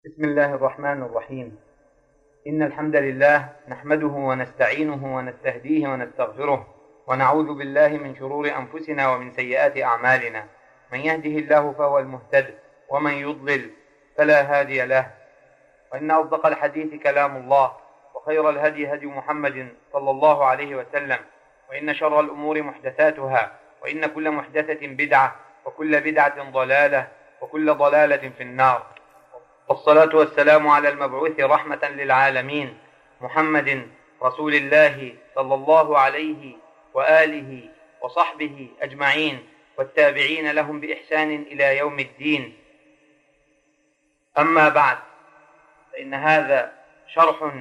بسم الله الرحمن الرحيم. إن الحمد لله نحمده ونستعينه ونستهديه ونستغفره ونعوذ بالله من شرور أنفسنا ومن سيئات أعمالنا. من يهده الله فهو المهتد ومن يضلل فلا هادي له. وإن أصدق الحديث كلام الله وخير الهدي هدي محمد صلى الله عليه وسلم. وإن شر الأمور محدثاتها وإن كل محدثة بدعة وكل بدعة ضلالة وكل ضلالة في النار. والصلاة والسلام على المبعوث رحمة للعالمين محمد رسول الله صلى الله عليه وآله وصحبه أجمعين والتابعين لهم بإحسان إلى يوم الدين. أما بعد، فإن هذا شرح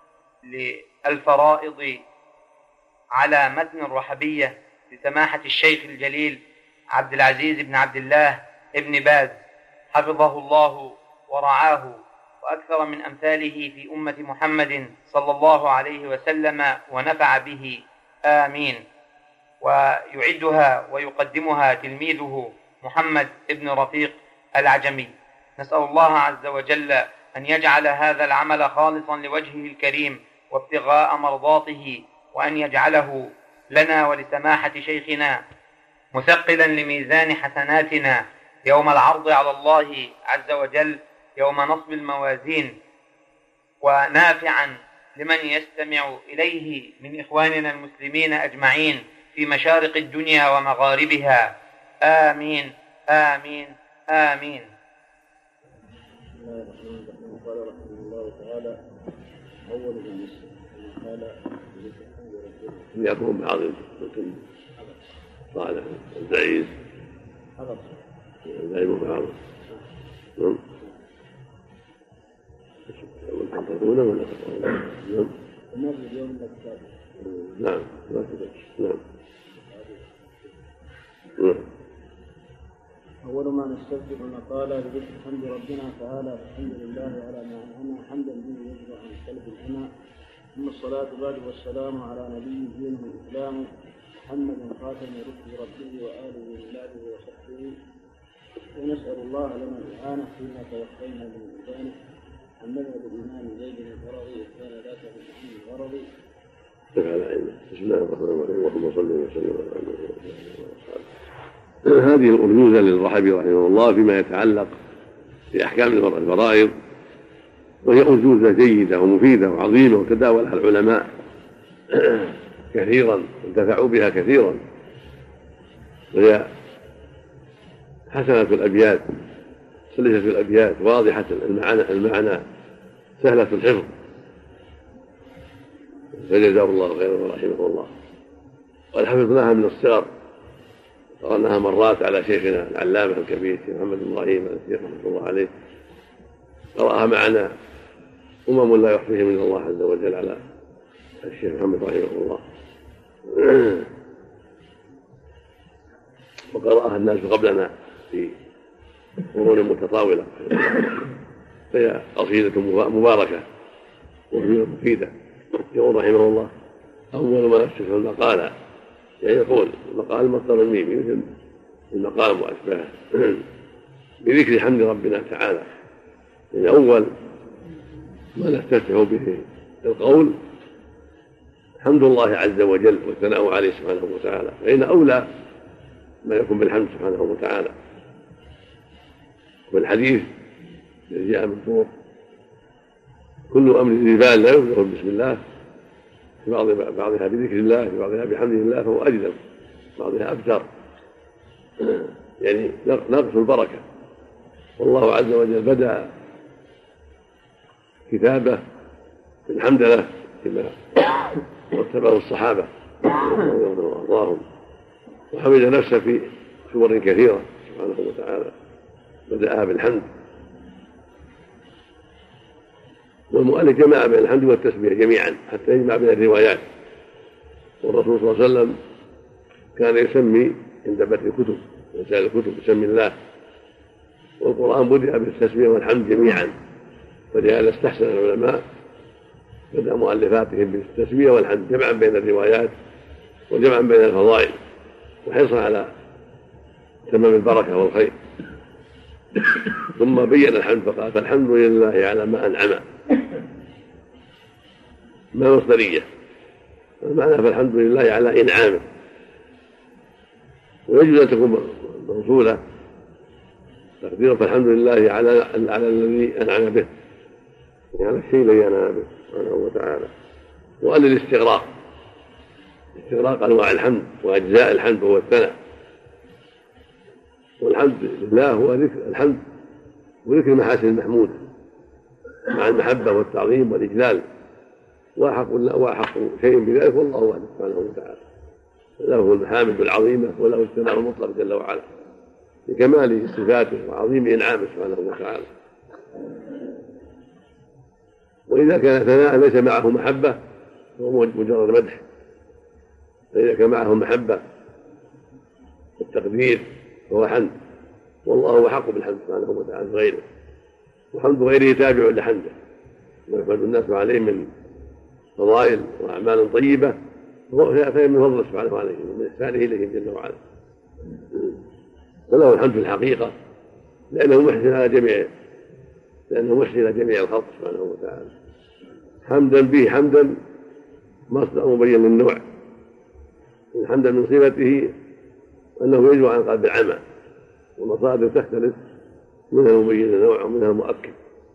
للفرائض على متن الرحبية لسماحة الشيخ الجليل عبد العزيز بن عبد الله ابن باز حفظه الله ورعاه وأكثر من أمثاله في أمة محمد صلى الله عليه وسلم ونفع به، آمين. ويعدها ويقدمها تلميذه محمد ابن رفيق العجمي. نسأل الله عز وجل أن يجعل هذا العمل خالصا لوجهه الكريم وابتغاء مرضاته، وأن يجعله لنا ولسماحة شيخنا مثقلا لميزان حسناتنا يوم العرض على الله عز وجل يوم نصب الموازين، ونافعا لمن يستمع إليه من إخواننا المسلمين أجمعين في مشارق الدنيا ومغاربها، آمين آمين آمين. قال رحمه الله تعالى: أول بالنسبة قال يكون بعض صالح الزعيز الزعيم بعض تنطقون ولا تقرؤون؟ نعم نعم. أول ما نستفتح قال بذكر حمد ربنا تعالى: الحمد لله على ما أنعم حمدا به يجب عن قلب الأنا. ثم الصلاة بعد والسلام على نبي دينه الإسلام محمد خاتم رسل ربه وآله وأولاده وصحبه. ونسأل الله لنا الإعانة فيما توفينا من إنسانه عن مذهب الإمام زيد بن الفرغي وكان ذاك في محمد الغرضي. بسم الله الرحمن الرحيم. اللهم صل وسلم على محمد وعلى آله. هذه الأرجوزة للرحبي رحمه الله فيما يتعلق بأحكام الفرائض، وهي أرجوزة جيدة ومفيدة وعظيمة، وتداولها العلماء كثيرا انتفعوا بها كثيرا، وهي حسنة الأبيات سلسة الأبيات واضحة المعنى سهلة الحفظ، فجزاه الله خيرا ورحمه الله. وقد حفظناها من الصغر، قرأناها مرات على شيخنا العلامة الكبير شيخ محمد بن إبراهيم الشيخ رحمه الله عليه، قرأها معنا لا يحصيهم من الله عز وجل على الشيخ محمد رحمه الله، وقرأها الناس قبلنا في قرون متطاولة، فهي قصيدة مباركة ومفيدة. يقول رحمه الله: أول ما نفسه المقالة، يعني يقول المقال مصدر الميم مثل المقام وأشباهه بذكر حمد ربنا تعالى، يعني أول ما نفتتح به القول حمد الله عز وجل والثناء عليه سبحانه وتعالى، فإن أولى ما يكون بالحمد سبحانه وتعالى. والحديث الذي جاء من طرق: كل أمر ذي بال لا يبدأ بسم الله، في بعضها بذكر الله، في بعضها بحمد الله، فهو أجزم، بعضها أبتر، يعني نقص البركة. والله عز وجل بدأ كتابه بالحمد له كما رتبه الصحابة وأرضاهم، وحمد نفسه في سور كثيرة سبحانه وتعالى بدأها بالحمد. والمؤلف جمع بين الحمد والتسبيح جميعا حتى يجمع بين الروايات. والرسول صلى الله عليه وسلم كان يسمي عند بدء الكتب رسائل الكتب يسمي الله، والقرآن بدأ بالتسبيح والحمد جميعا، فلهذا استحسن العلماء بدأ مؤلفاتهم بالتسبيح والحمد جمعا بين الروايات وجمعا بين الفضائل، وحرصا على تمام البركة والخير. ثم بين الحمد فقال فالحمد لله على ما أنعم، ما مصدرية، المعنى فالحمد لله على إنعامه، ويجوز أن تكون موصولة تقديره فالحمد لله على الذي أنعم به، يعني على الشيء الذي أنعم به سبحانه وتعالى. وقال للاستغراق، استغراق أنواع الحمد وأجزاء الحمد وهو الثناء، والحمد لله هو ذكر الحمد وذكر المحاسن المحمودة مع المحبة والتعظيم والإجلال، وأحق شيء بذلك والله وحده سبحانه وتعالى، له المحامد العظيمة وله الثناء المطلق جل وعلا لكمال صفاته وعظيم إنعامه سبحانه وتعالى. وإذا كان ثناء ليس معه محبة فهو مجرد مدح، فإذا كان معه محبة والتقدير فهو حمد، والله هو حق بالحمد سبحانه وتعالى غيره، وحمد غيره تابع لحمده، ويحمد الناس عليه من فضائل وأعمال طيبة فهي من فضله سبحانه عليهم ومن إحسانه إليهم جل وعلا، فله الحمد في الحقيقة لأنه محسن على جميع الخلق سبحانه وتعالى. حمدا به حمدا مصدر مبين للنوع، الحمد من صفته أنه يجب عن قلب العمى، والمصادر تختلف منها المبين للنوع ومنها المؤكد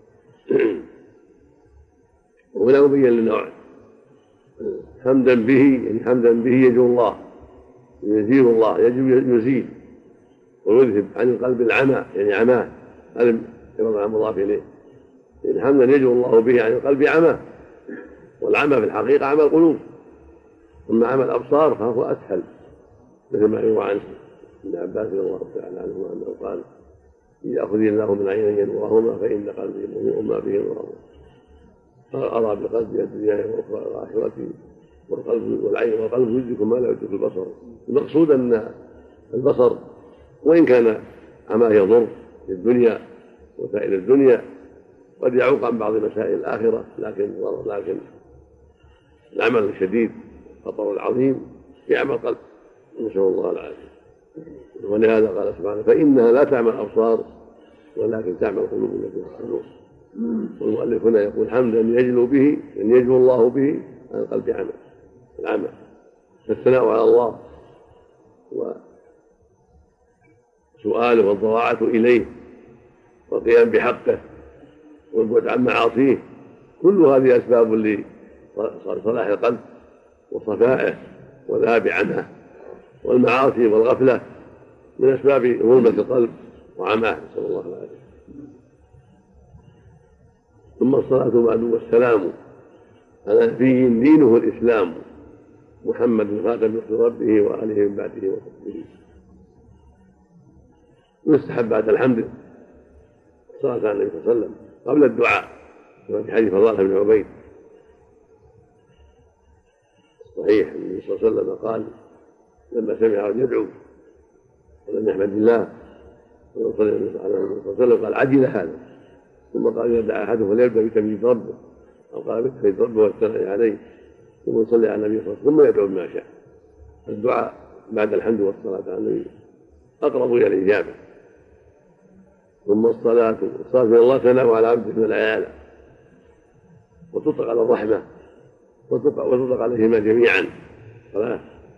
ومنها مبين للنوع. حمدا به يعني حمدا به يجب الله، يزيل الله، يجب يزيل ويذهب عن القلب العمى، يعني عماه قلب يوضع مضاف إليه، يعني حمدا يجب الله به عن القلب عماه، والعمى في الحقيقة عمى القلوب، أما عمى الأبصار فهو أسهل، مثل ما يروى عن ابن عباس رضي الله تعالى عنهما أنه قال يأخذني الله من عيني ينورهما فإن قلبي مضيء ما به نورهما، أرى بقلبي الدنيا وأخرى الآخرة والعين والقلب يدرك ما لا يدرك البصر. المقصود أن البصر وإن كان عما يضر في الدنيا وسائل الدنيا قد يعوق عن بعض مسائل الآخرة، لكن العمل الشديد خطر العظيم في عمى القلب، نسأل الله العافية. ولهذا قال سبحانه فإنها لا تعمى الأبصار ولكن تعمى القلوب التي في الصدور. والمؤلف هنا يقول حمدا يجلو به أن يجلو الله به عن القلب العمى، فالثناء على الله وسؤاله والضراعة إليه والقيام بحقه والبعد عن معاصيه، كل هذه أسباب لصلاح القلب وصفائه والذهاب عنها، والمعاصي والغفلة من أسباب ظلمة القلب وعماه، نسأل الله العافية. ثم الصلاة بعد والسلام على نبي دينه الإسلام محمد خاتم رسل ربه وآله من بعده وصحبه. يستحب بعد الحمد الصلاة على النبي صلى الله عليه وسلم قبل الدعاء، كما في حديث فضالة بن عبيد صحيح النبي صلى الله عليه وسلم قال لما سمع يدعو ولم يحمد الله وصلى على النبي صلى الله عليه وسلم قال عجل هذا، ثم قال إذا دعا أحدهم فليبدأ بتمجيد ربه، أو قال بتحميد ربه والثناء عليه، ثم يصلي على النبي صلى الله عليه وسلم ثم يدعو بما شاء. الدعاء بعد الحمد والصلاة على النبي أقرب إلى الإجابة. ثم الصلاة من الله ثناء على عبده من العيال، وتطلق على الرحمة وتطلق عليهما جميعا صلاة.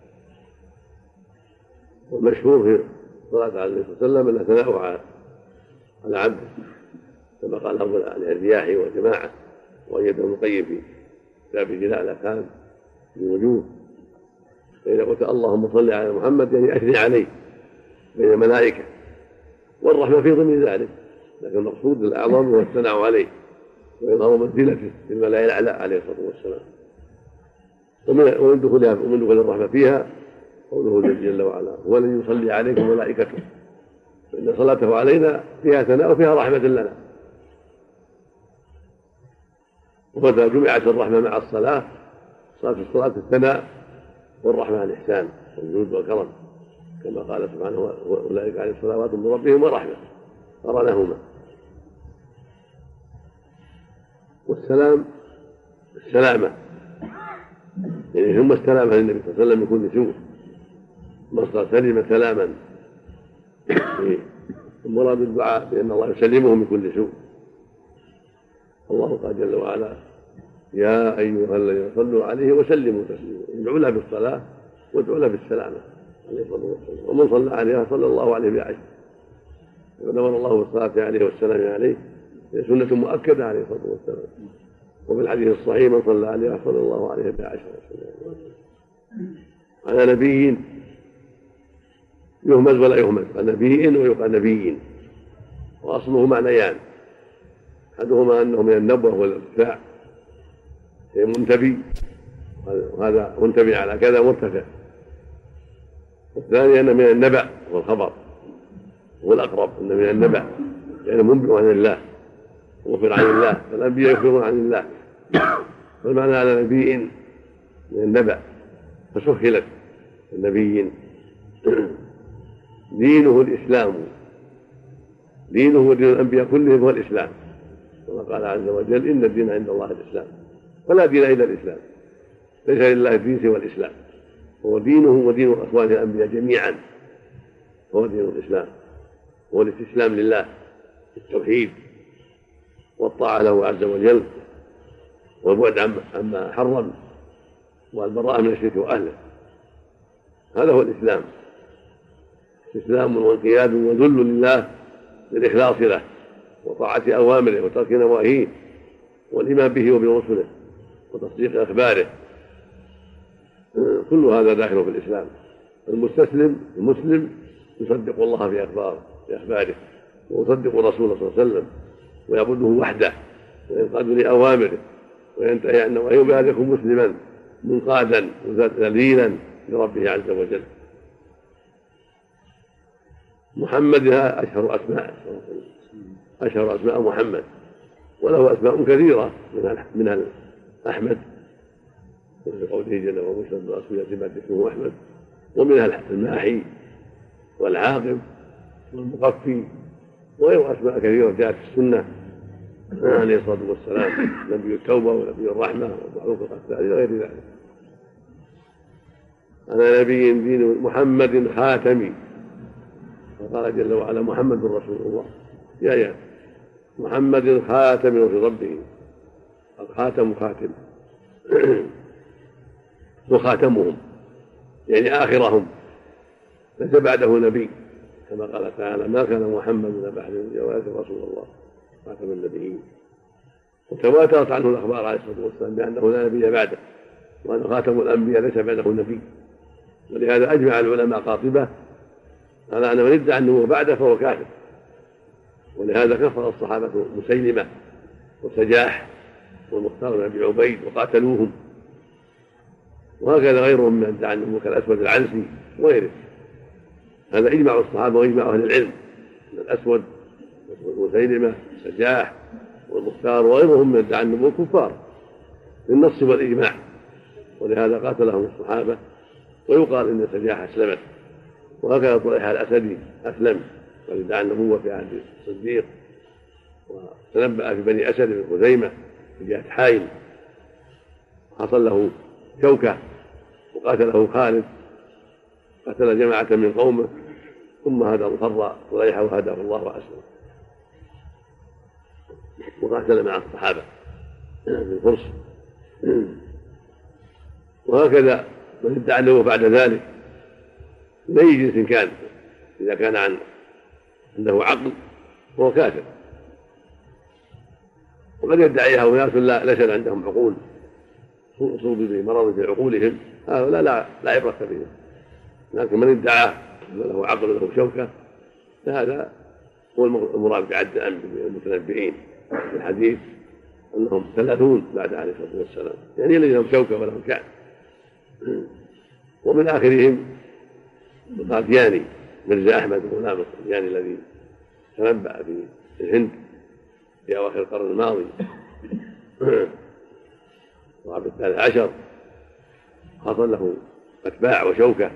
والمشهور في الصلاة على النبي صلى الله عليه وسلم أن ثناء على عبده، كما قال أبو الرياحي وجماعة وأيده ابن القيم في كتاب جلاء الأفهام في الوجوه، فإذا قلت اللهم صل على محمد يعني أثني عليه بين الملائكة، والرحمة في ضمن ذلك، لكن المقصود الأعظم هو الثناء عليه وإظهار منزلته في الملائكة الأعلى عليه الصلاة والسلام. ومن دخول الرحمة فيها قوله جل وعلا هو الذي يصلي عليكم ملائكته، فإن صلاته علينا فيها ثناء وفيها رحمة لنا. ومتى جمعت الرحمة مع الصلاة صارت الصلاة الثناء والرحمة الإحسان والجود والكرم، كما قال سبحانه أولئك عليهم صلوات من ربهم ورحمة قرنهما. والسلام السلامة يعني ثم السلامة للنبي صلى الله عليه وسلم من كل سوء، مصدر سلم سلاما المراد بالدعاء بأن الله يسلمه من كل سوء. الله قال جل وعلا: يا أيها الذين صلوا عليه وسلموا تسليما. ادعوا له بالصلاة وادعوا له بالسلامة عليه الصلاة والسلام. ومن صلى عليه صلى الله عليه بعشر، ونور الله بالصلاة عليه والسلام عليه، هي سنة مؤكدة عليه الصلاة والسلام. وفي الحديث الصحيح: من صلى عليه صلى الله عليه بعشر. على نبي يهمز ولا يهمز، قال نبي ويقال نبيين، وأصله معنيان: أحدهما أنه من النبوة والارتفاع، هي منتبي، وهذا منتبي على كذا مرتفع. والثاني أنه من النبأ والخبر، والأقرب أنه من النبأ يعني منبئ عن الله ومخبر عن الله، فالأنبياء يخبرون عن الله، فالمعنى على نبي من النبأ فسهلت النبيين. دينه الإسلام، دينه ودين الأنبياء كلهم هو الإسلام، كما قال عز وجل: إن الدين عند الله الإسلام، فلا دين إلا الإسلام، ليس لله الدين سوى الإسلام، هو دينه ودين أخوانه الأنبياء جميعا، هو دين الإسلام، هو الاستسلام لله بالتوحيد والطاعة له عز وجل، والبعد عما حرم، والبراءة من الشرك وأهله. هذا هو الإسلام، استسلام وانقياد وذل لله بالإخلاص له وطاعة أوامره وترك نواهيه والإيمان به وبرسله وتصديق أخباره، كل هذا داخل في الإسلام. المسلم يصدق الله في أخباره ويصدق رسوله صلى الله عليه وسلم ويعبده وحده وينقاد لأوامره وينتهي عن نواهيه، بهذا يكون مسلما منقادا ذليلا لربه عز وجل. محمد أشهر أسماء محمد، وله أسماء كثيرة منها أحمد في قوله جل وعلا: ومشهد برسول ما اسمه أحمد، ومنها الماحي والعاقب والمقفي، وغير أسماء كثيرة جاءت في السنة عليه الصلاة والسلام: نبي التوبة ونبي الرحمة ومعروف القتال إلى غير ذلك. أنا نبي دين محمد خاتمي، وقال جل وعلا: محمد رسول الله. يا محمد خاتم في ربه، الخاتم خاتم وخاتمهم يعني آخرهم، ليس بعده نبي، كما قال تعالى: ما كان محمد أبا أحد من ولكن رسول الله خاتم النبيين. وتواترت عنه الأخبار عليه الصلاة والسلام بأنه لا نبي بعده، وأن خاتم الأنبياء ليس بعده نبي، ولهذا أجمع العلماء قاطبة على أن من ادعى النبوة بعده فهو كافر. ولهذا كفر الصحابة مسيلمة وسجاح والمختار بن أبي عبيد وقاتلوهم، وهكذا غيرهم من ادعى النبوة كالأسود العنسي وغيره. هذا إجماع الصحابة وإجماع أهل العلم من الأسود ومسيلمة سجاح والمختار وغيرهم من ادعى النبوة كفار بالنص والإجماع، ولهذا قاتلهم الصحابة. ويقال إن سجاح أسلمت، وهكذا طليحة الأسدي أسلم وادعى النبوة في عهد الصديق، وتنبأ في بني أسد بن خزيمة في جهة حائل، حصل له شوكة وقاتله خالد، قتل جماعة من قومه، ثم هدى الخر طليحة وهداه الله وأسلم، وقاتل مع الصحابة في الفرس. وهكذا من ادعى النبوة بعد ذلك من أي جنس كان، إذا كان عنده عقل فهو كافر، وقد يدعيها أناس ليس عندهم عقول، أصيبوا بمرض في عقولهم، هذا لا عبرة بهم. لكن من ادعى أن له عقل وله شوكة فهذا هو المراد بعد المتنبئين في الحديث أنهم 30 بعد عليه الصلاة والسلام، يعني الذين لهم شوكة ولهم شأن. ومن آخرهم القادياني مرزا أحمد غلام القادياني الذي تنبأ في الهند في أواخر القرن الماضي وفي 13 حصل له أتباع وشوكة،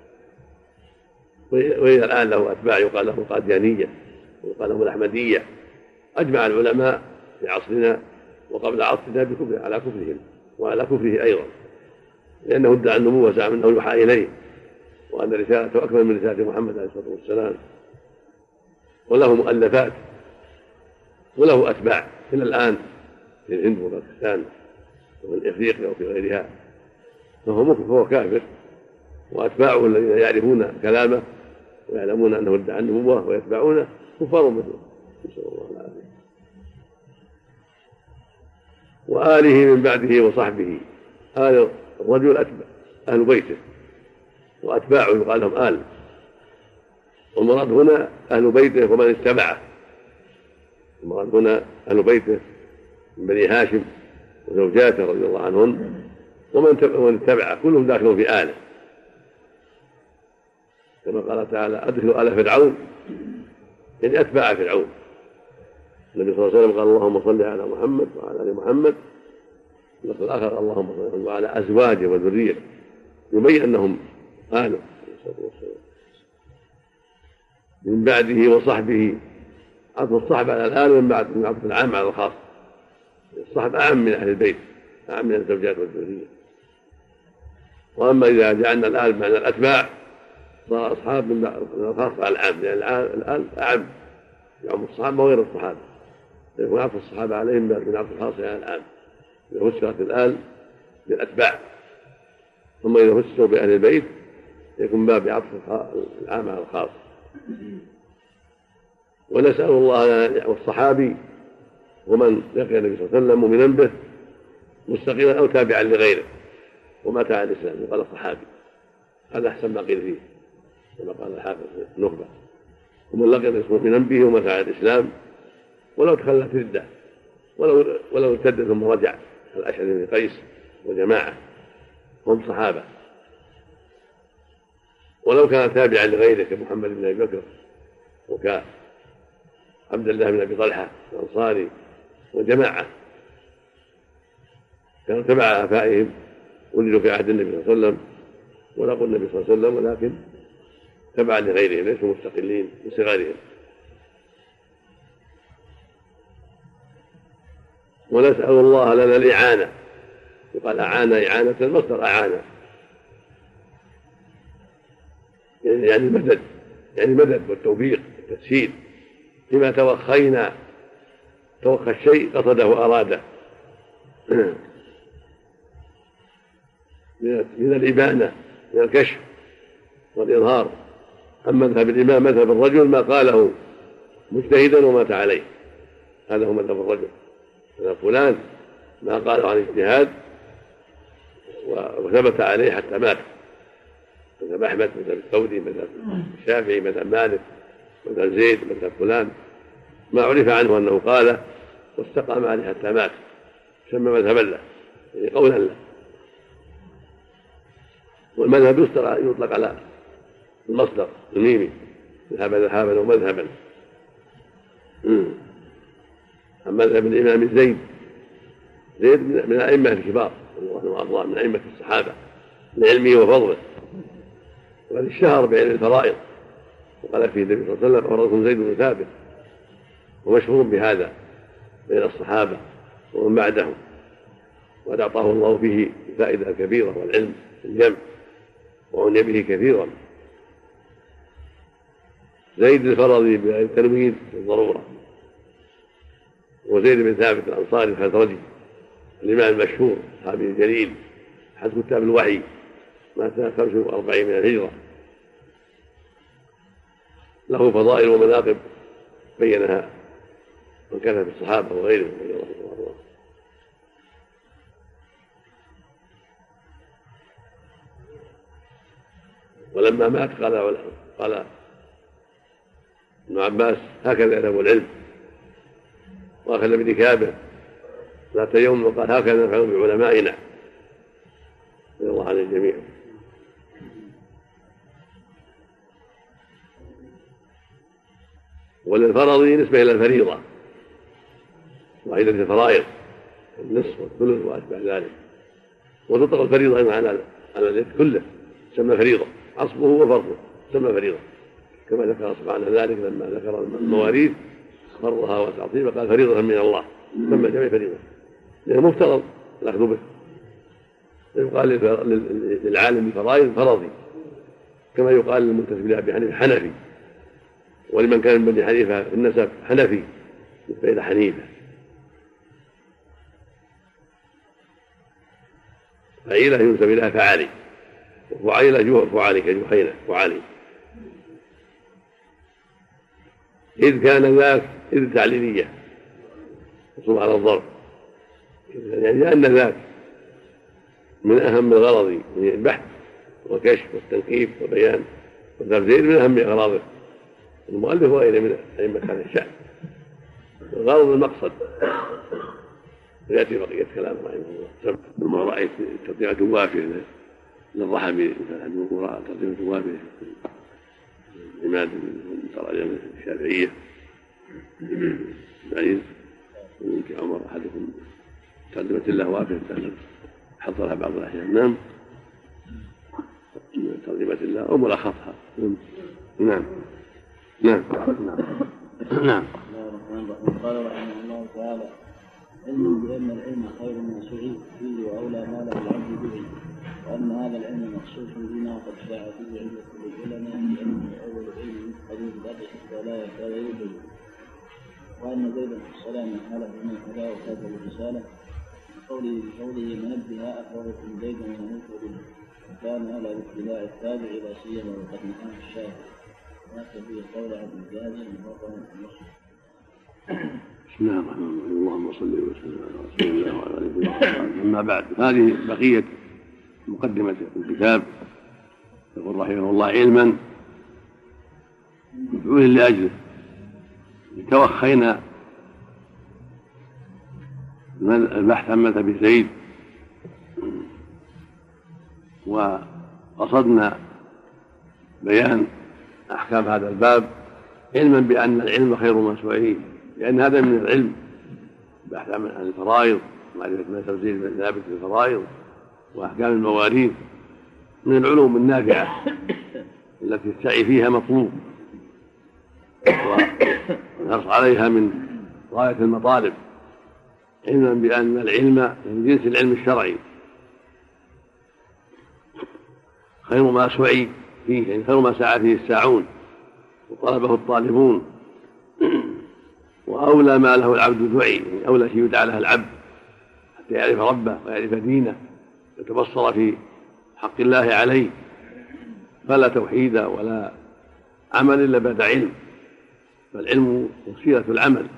وإلى الآن له أتباع يقال له القاديانية ويقال له الأحمدية. أجمع العلماء في عصرنا وقبل عصرنا على كفرهم وعلى كفره أيضا، لأنه ادعى النبوة زعم أنه يوحى إليه، وأن رسالته أكمل من رسالة محمد عليه الصلاة والسلام. وله مؤلفات وله أتباع إلى الآن في الهند وباكستان وفي إفريقيا وفي غيرها، فهو كافر، وأتباعه الذين يعرفون كلامه ويعلمون أنه ادعى النبوة ويتبعونه كفار مثله، نسأل الله العافية. وآله من بعده وصحبه، آل الرجل أهل بيته، وأتباعه يقال لهم آل، والمراد هنا أهل بيته ومن اتبعه. المراد هنا أهل بيته من بني هاشم وزوجاته رضي الله عنهن ومن اتبعه، كلهم داخلون في آله، كما قال تعالى أدخلوا آل فرعون، يعني أتباع فرعون. النبي صلى الله عليه وسلم قال اللهم صل على محمد وعلى آل محمد، واللفظ الآخر اللهم صل وعلى أزواجه وذريته، يبين أنهم آله من بعده وصحبه. عطف الصحب على الآل من عطف العام على الخاص، الصحب أعم من أهل البيت، أعم من الزوجات والذرية. وأما إذا جعلنا الآل بمعنى الأتباع صار أصحاب من الخاص على العام، لأن الآل أعم يعم الصحابة وغير الصحابة، يكون عطف الصحابة عليهم من عطف الخاص على العام إذا فسرت الآل بالأتباع. ثم إذا فسروا بأهل البيت يكون باب عطف العام على الخاص. ونسأل الله والصحابي ومن لقي النبي صلى الله عليه وسلم مؤمنا به مستقيما أو تابعا لغيره ومات على الإسلام، وقال الصحابي، هذا أحسن ما قيل فيه كما قال الحافظ النخبة. ومن لقي النبي مؤمنا به ومات على الإسلام ولو تخلت ردة، ولو ارتد ثم رجع، الأشعري بن قيس وجماعة هم صحابة، ولو كان تابعا لغيره كمحمد بن أبي بكر وكعبد الله بن أبي طلحة الأنصاري وجماعة كانوا تبع آبائهم ولدوا في عهد النبي صلى الله عليه وسلم ولقوا النبي صلى الله عليه وسلم، ولكن تبعا لغيرهم ليسوا مستقلين بصغارهم. ونسأل الله لنا الإعانة، يقال أعانة إعانة، المصدر أعانة يعني مدد، يعني مدد والتوفيق والتسهيل فيما توخى الشيء قصده وأراده من الإبانة، من الكشف والإظهار. أما مذهب الإمام مذهب الرجل ما قاله مجتهدا ومات عليه، هذا هو مذهب الرجل. مذهب فلان ما قاله عن اجتهاد وثبت عليه حتى مات، مذهب أحمد، مذهب الثوري، مذهب الشافعي، مذهب مالك، مذهب زيد، مذهب فلان ما عرف عنه أنه قال واستقام عليه حتى مات سمى مذهبا له، يعني قولا له. والمذهب يطلق على المصدر الميمي، ذهابا ومذهبا. أما مذهب الإمام زيد من الأئمة الكبار الله من أئمة الصحابة لعلمه وفضله، وقد اشتهر بعلم الفرائض، وقال فيه النبي صلى الله عليه وسلم فرضكم زيد بن ثابت، ومشهور بهذا بين الصحابة ومن بعدهم، وقد أعطاه الله فيه الفائدة الكبيرة والعلم الجمع وعني به كثيرا. زيد الفرضي بالتنوين بالضرورة، وزيد بن ثابت الأنصاري الخزرجي الإمام المشهور الصحابي الجليل أحد كتاب الوحي، مات سنة 45 من الهجرة، له فضائل ومناقب بينها من كان في الصحابة وغيرهم رضي الله عنهم. ولما مات قال ابن عباس هكذا يذهب العلم، واخذ بركابه ذات يوم وقال هكذا نفعل بعلمائنا رضي الله عن الجميع. وللفرض نسبة إلى الفريضة، وعيدة الفرائض النصف والثلث وأتباع ذلك، وتطلق الفريضة أيضا على الذي كله سمى فريضة، عصبه وفرضه سمى فريضة، كما ذكر سبحانه ذلك لما ذكر المواريث فرضها وتعطيبها قال فريضة من الله، سمى جميع فريضة لأنه مفترض الأخذ به. يقال للعالم الفرائض فرضي، كما يقال للمنتسب لأبي حنيفة حنفي، ولمن كان من بني حنيفة في النسب حنفي مثل حنيفة. فعيلة ينسب إليها فعالي، وفعيلة فعالي كجحينة فعالي. إذ كان ذاك إذ تعليلية تصب على الضرب، يعني لأن ذاك من أهم الغرض من البحث والكشف والتنكيف وبيان والتفسير، من أهم أغراضه. المؤلف وغيره من أئمة هذا الشأن غرض المقصد. يأتي بقية كلام رحمه الله. ما رأيت ترجمة وافية للرحمي ترجمة وافية الإمام من تراجم الشافعية العزيز ويمكن عمر أحدكم ترجمة الله وافية حضرها بعض الأحيان. نعم ترجمة الله أو ملخصها. نعم نعم نعم. قال رحمه الله تعالى: علم بأن العلم خير ما سعيد فيه وأولى ما له العبد به، وأن هذا العلم مخصوص بما قد شاع فيه عند كل العلماء لأنه أول علم قديم بدأ ولا يكاد يوجد، وأن زيد بن السلام حاله من الهدى وكاتب الرسالة بقوله منبها أخبركم زيد من المفرد، وكان على الاتباع التابع إلى سيما وقد نهاه الشافعي، وهذا به قول عبد الجازي المفرد المسلم. بسم الله الرحمن الرحيم. اللهم صل وسلم على رسول الله وعلى اله وصحبه. اما بعد، هذه بقيه مقدمه الكتاب. يقول رحمه الله: علما مفعول لاجله. توخينا البحث عن مذهب زيد، وقصدنا بيان احكام هذا الباب، علما بان العلم خير ما سعيه، لأن هذا من العلم بحث عن الفرائض، معرفة ما تنزيل ثابت في الفرائض وأحكام المواريث، من العلوم النافعة التي السعي فيها مطلوب والحرص عليها من غاية المطالب، علما بأن العلم من جنس العلم الشرعي خير ما سعي فيه، يعني خير ما سعى فيه الساعون وطلبه الطالبون، وأولى ما له العبد دعي، يعني أولى شيء يدعى له العبد حتى يعرف ربه ويعرف دينه ويتبصر في حق الله عليه. فلا توحيد ولا عمل إلا بعد علم، فالعلم وسيلة العمل.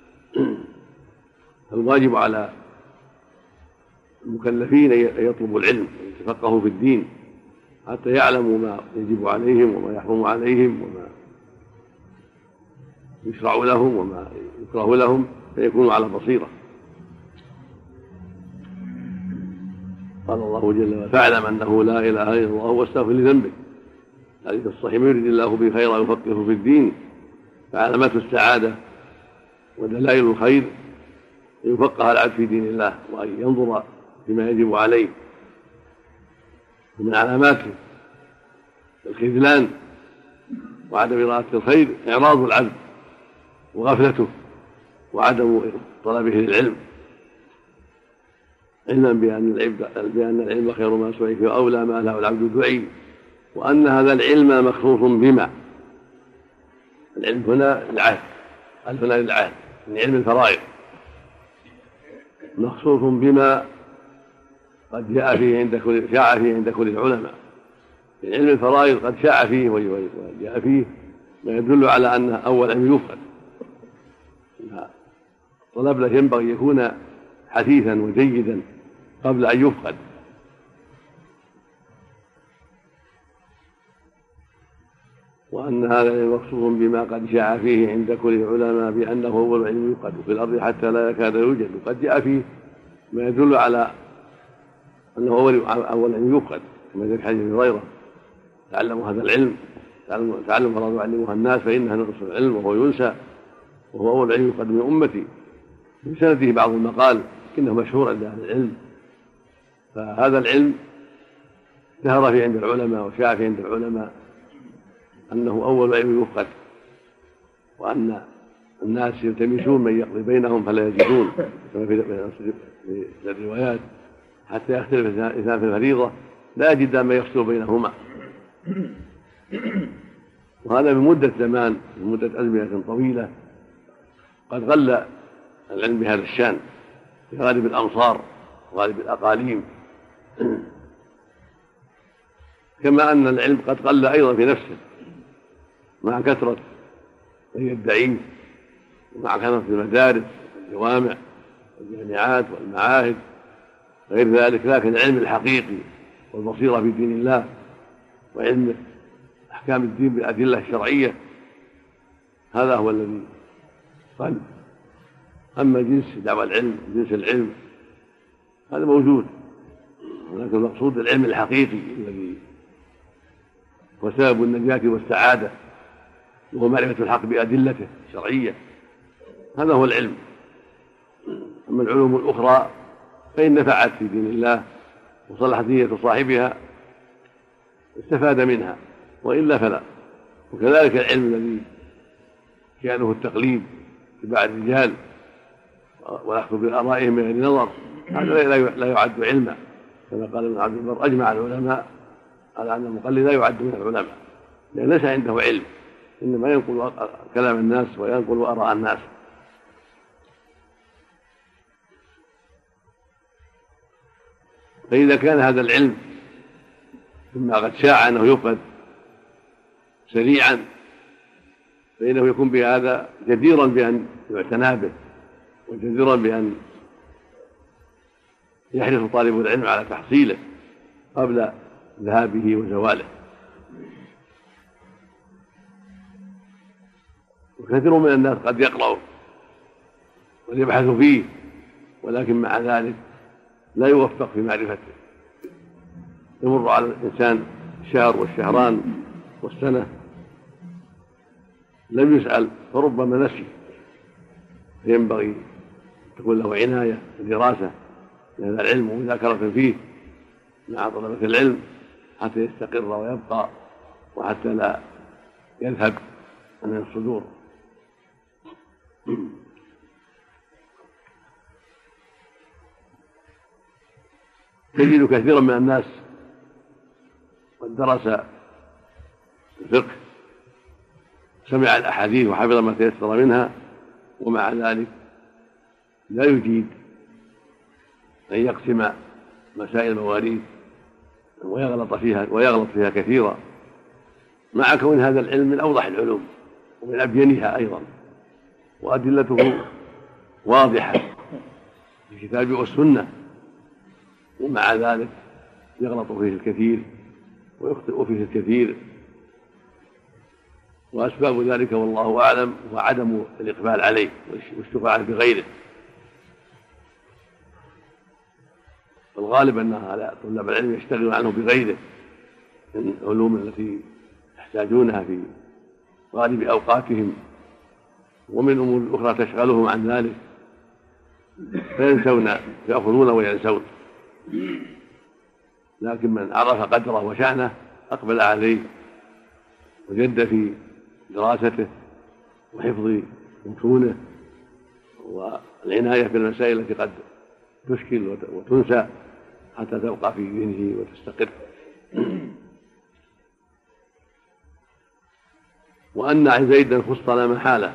الواجب على المكلفين أن يطلبوا العلم ويتفقهوا في الدين حتى يعلموا ما يجب عليهم وما يحرم عليهم وما يشرع لهم وما يكره لهم، فيكونوا على بصيرة. قال الله جل وعلا: فاعلم أنه لا إله إلا الله واستغفر لذنبك. حديث الصحيح: يريد الله به خيرا يفقهه في الدين. فعلامات السعادة ودلائل الخير أن يفقه العبد في دين الله وأن ينظر فيما يجب عليه. ومن علاماته الخذلان وعدم إرادة الخير إعراض العبد وغفلته وعدم طلبه للعلم، علما بأن العلم خير ما سعي فيه وأولى ما له العبد دعي، وأن هذا العلم مخصوص بما. العلم هنا العهد، هنا للعهد من علم الفرائض، مخصوص بما قد شاع فيه عند كل العلماء. من علم الفرائض قد شاع فيه وجاء فيه ما يدل على أن أول علم يفقد. طلبنا ينبغي يكون حثيثا وجيدا قبل أن يفقد. وأن هذا العلم مخصوص بما قد شاع فيه عند كل العلماء بأنه هو العلم يفقد في الأرض حتى لا يكاد يوجد، وقد جاء فيه ما يدل على أنه هو أول علم يفقد، كما ذكر حديث هريرة: تعلموا هذا العلم، تعلموا فلا تعلموها الناس فإنها نقص العلم وهو ينسى، وهو أول علم يفقد من أمتي. في سنده بعض المقال إنه مشهور عند أهل العلم. فهذا العلم اشتهر فيه عند العلماء وشاع فيه عند العلماء أنه أول علم يفقد، وأن الناس يلتمسون من يقضي بينهم فلا يجدون، كما في الروايات: حتى يختلف الاثنان في الفريضة لا يجد ما يفصل بينهما. وهذا بمدة زمان، بمدة أزمنة طويلة قد غل العلم بهذا الشأن في غالب الأمصار وغالب الأقاليم، كما أن العلم قد قل أيضا في نفسه مع كثرة من يدعيه ومع كثرة المدارس والجوامع والجامعات والمعاهد غير ذلك. لكن العلم الحقيقي والبصيرة في دين الله وعلم أحكام الدين بالأدلة الشرعية هذا هو الذي قل. أما جنس دعوى العلم جنس العلم هذا موجود، ولكن المقصود العلم الحقيقي الذي هو سبب النجاة والسعادة وهو معرفة الحق بأدلته الشرعية، هذا هو العلم. أما العلوم الأخرى فإن نفعت في دين الله وصلحت نية صاحبها استفاد منها، وإلا فلا. وكذلك العلم الذي شأنه التقليد اتباع الرجال والأخذ بآرائهم من غير نظر هذا لا يعد علما، كما قال ابن عبد البر أجمع العلماء على أن المقلد لا يعد من العلماء، لأن ليس عنده علم، إنما ينقل كلام الناس وينقل آراء الناس. فإذا كان هذا العلم مما قد شاع أنه يفقد سريعا فإنه يكون بهذا جديرا بأن يعتنى به وجديرا بأن يحرص طالب العلم على تحصيله قبل ذهابه وزواله. وكثير من الناس قد يقرأ ويبحث فيه ولكن مع ذلك لا يوفق في معرفته، يمر على الإنسان الشهر والشهران والسنة لم يسأل فربما نسي، فينبغي تكون له عناية ودراسة لهذا العلم ومذاكرة فيه مع طلبة العلم حتى يستقر ويبقى وحتى لا يذهب عن الصدور. تجد كثيرا من الناس قد درس الفقه سمع الأحاديث وحفظ ما تيسر منها ومع ذلك لا يجيد أن يقسم مسائل المواريث ويغلط فيها كثيرا، مع كون هذا العلم من أوضح العلوم ومن أبينها أيضا وأدلته واضحة في الكتاب والسنة، ومع ذلك يغلط فيه الكثير ويخطئ فيه الكثير. وأسباب ذلك والله أعلم هو عدم الإقبال عليه والشغل بغيره. الغالب أن طلاب العلم يشتغلون عنه بغيره من العلوم التي يحتاجونها في غالب أوقاتهم، ومن أمور أخرى تشغلهم عن ذلك فينسون، يأخذون وينسون. لكن من عرف قدره وشأنه أقبل عليه وجد في دراسته وحفظ متونه والعناية بالمسائل التي قد تشكل وتنسى حتى تبقى في ذهنه وتستقر. وأن زيدا خص لا محالة،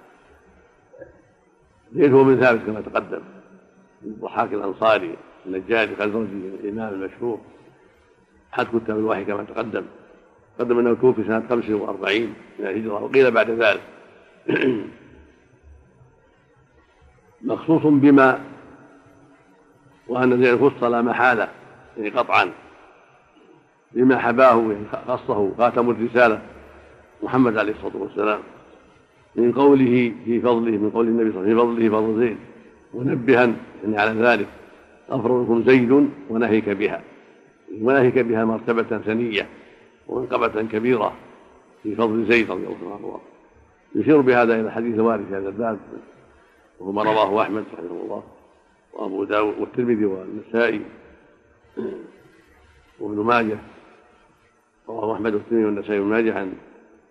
زيد هو من ثابت كما تقدم، الضحاك الأنصاري النجاري الخزرجي الإمام المشهور أحد كتاب الوحي كما تقدم أنه توفي سنة 45 من الهجرة وقيل بعد ذلك. مخصوص بما وأن زيد خص لا محالة يعني قطعا بما حباه يعني خصه خاتم الرسالة محمد عليه الصلاة والسلام من قوله في فضله، من قول النبي صلى الله عليه وسلم في فضله فضل زيد، منبها يعني على ذلك أفضلكم زيد وناهيك بها مرتبة ثنية ومنقبة كبيرة في فضل زيد رضي الله عنه. يشير بهذا إلى الحديث الوارد في هذا الباب وهو ما رواه أحمد رحمه الله وأبو داود والترمذي والنسائي وابن ماجه، رواه أحمد والترمذي والنسائي وابن ماجه عن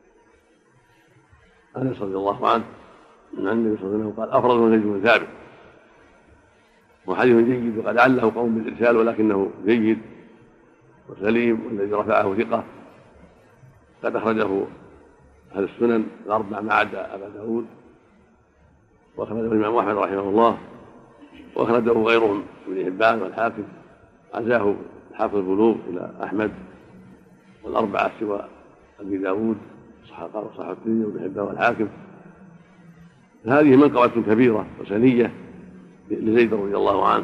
أنس رضي الله عنه عن النبي صلى الله عليه وسلم قال أفرد زيد بن ثابت، وحديث جيد وقد عله قوم بالإرسال ولكنه جيد وسليم، والذي رفعه ثقة قد أخرجه أهل السنن الأربعة ما عدا أبا داود، وأخرجه الإمام أحمد رحمه الله، وأخرجه غيرهم ابن حبان والحاكم، عزاه حافظ البلوغ إلى أحمد والأربعة سوى أبي داود صححه الترمذي وابن حبان والحاكم. هذه منقبة كبيرة وسنية لزيد رضي الله عنه.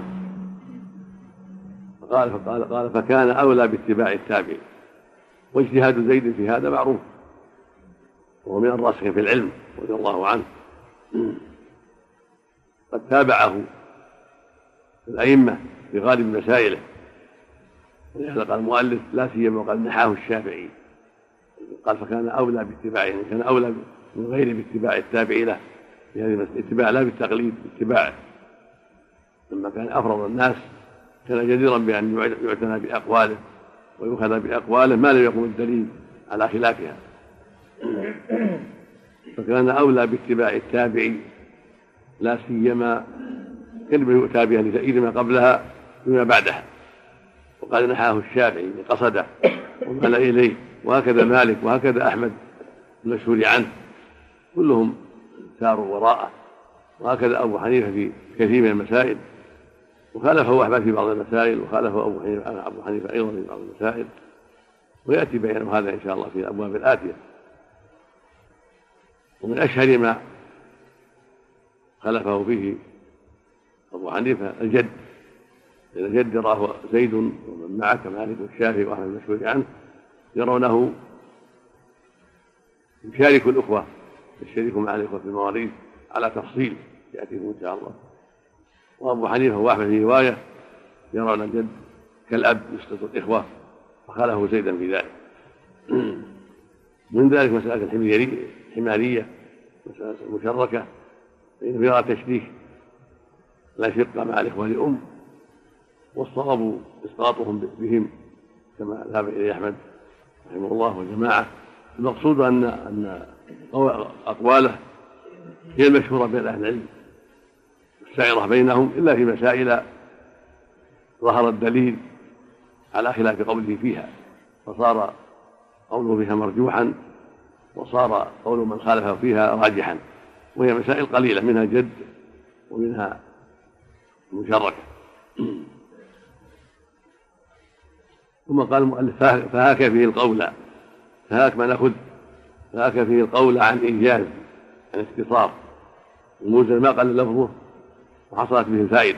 قال فكان أولى باتباع التابعين، واجتهاد زيد في هذا معروف، وهو من الراسخين في العلم رضي الله عنه. قد تابعه الأئمة في غالب مسائله، ولهذا قال المؤلف لا سيما وقد نحاه الشافعي، قال فكان أولى باتباعه، يعني كان أولى من غير باتباع التابعي له في هذه المسألة، اتباع لا بالتقليد، باتباعه. لما كان أفرض الناس كان جديرا بأن يعتنى بأقواله ويؤخذ بأقواله ما لم يقم الدليل على خلافها، فكان أولى باتباع التابعي لا سيما كلمة يؤتى بها لتأييد ما قبلها بما بعدها. وقد نحاه الشافعي قصده ومال إليه، وهكذا مالك وهكذا أحمد المشهور عنه، كلهم ساروا وراءه، وهكذا أبو حنيفة في كثير من المسائل، وخالفه أحمد في بعض المسائل، وخالفه أبو حنيفة أيضا في بعض المسائل، ويأتي بيان هذا إن شاء الله في الأبواب الآتية. ومن أشهر ما خلفه فيه أبو حنيفة الجد، لأن الجد راه زيد ومن معه كمالك والشافعي وأحمد المشهور عنه يرونه يشارك الأخوة، يشارك مع الأخوة في المواريث على تفصيل يأتيكم إن شاء الله. وأبو حنيفة وأحمد في رواية يرون الجد كالأب يسقط الإخوة، فخالفه زيدا في ذلك. من ذلك مسألة الحمارية، مسألة المشركة، فإن فيها تشريك لا شق مع الإخوة لأم، والصواب إسقاطهم بهم كما ذهب إليه أحمد رحمه الله وجماعة. المقصود أن أقواله هي المشهورة بين أهل العلم السائرة بينهم، إلا في مسائل ظهر الدليل على خلاف قوله فيها، فصار قوله فيها مرجوحا، وصار قول من خالفه فيها راجحا، وهي مسائل قليلة، منها الجد ومنها المشركة. ثم قال المؤلف فهاك فيه القول، فهاك ما نأخذ، فهاك فيه القول عن إيجاز، عن اختصار، وموزن ما قل لفظه وحصلت به الفائدة،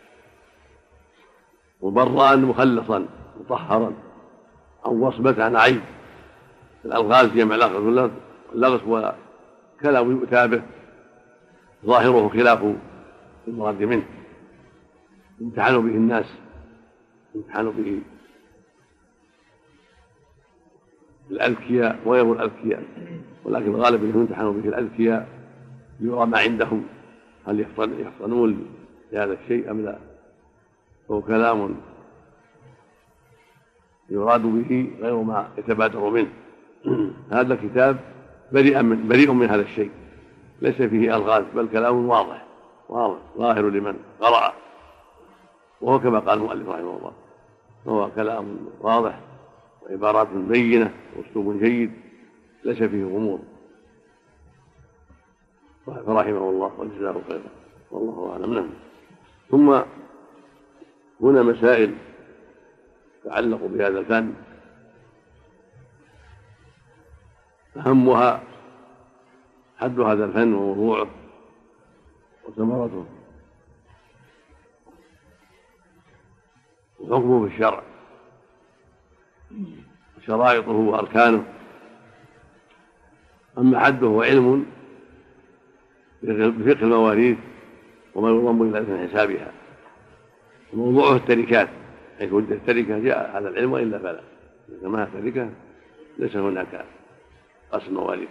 مبرأ مخلصا مطهرا عن وصمة عن عيب. الألغاز جمع اللغز وكلام يؤتى به ظاهره خلاف المراد منه، امتحنوا به الناس، امتحنوا به الأذكياء وغير الأذكياء، ولكن الغالب أنهم امتحنوا به الأذكياء ليرى ما عندهم، هل يحصنون لهذا الشيء أم لا. فهو كلام يراد به غير ما يتبادر منه. هذا الكتاب بريء من هذا الشيء، ليس فيه ألغاز، بل كلام واضح ظاهر لمن قرأ، وهو كما قال المؤلف رحمه الله، هو كلام واضح وعبارات بينة وأسلوب جيد ليس فيه غموض، فرحمه الله وجزاه خيرا، والله أعلم. ثم هنا مسائل تعلق بهذا الفن، أهمها حد هذا الفن وموضوعه وثمرته وحكمه في الشرع وشرائطه وأركانه. أما حده هو علم بفقه المواريث وما يضم إلى إثم حسابها، وموضوعه التركات، حيث وجدت التركة جاء هذا العلم، وإلا فلا، إذا ما تركة ليس هناك قسم مواريث.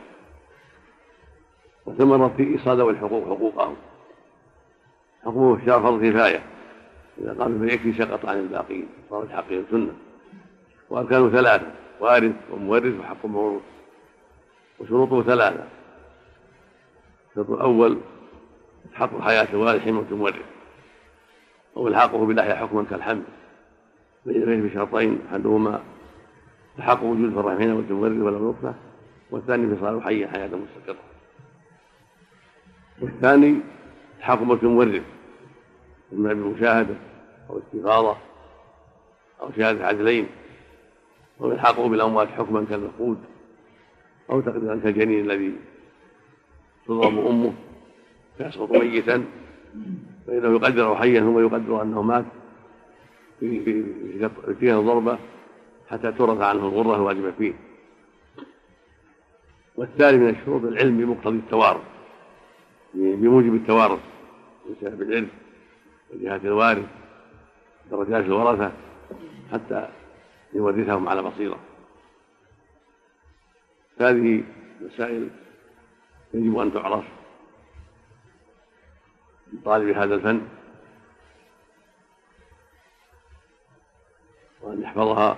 وثمرت في إيصال ذوي الحقوق حقوقهم، حكمه في الشرع فرض كفاية، إذا قام فيكفي سقط عن الباقين، صارت حقهم سنة. وأركانه ثلاثة: وارث ومورث وحق موروث. وشروطه ثلاثة: الشرط الأول حق حياة الوارث حين موت المورث، أو الحاقه بالأحياء حكما كالحمل، بين بشرطين: أحدهما تحقق وجود الرحم حين موت المورث ولم يطلع، والثاني فصال حيا حياة مستقرة. والثاني تحكم المورث إما بمشاهدة أو استفاضة أو شهادة عدلين، ويلحقه بالأموات حكما كالمفقود، أو تقديرا كالجنين الذي تضرب أمه فيسقط ميتا، فإنه يقدر حيا ثم يقدر أنه مات فيها الضربة حتى تورث عنه الغرة الواجبة فيه. والثالث من الشروط العلم بمقتضي التوارث، بموجب التوارث من سبب العلم وجهات الوارث درجات الورثة حتى يورثهم على بصيرة. هذه مسائل يجب أن تعرف لطالب هذا الفن، وأن يحفظها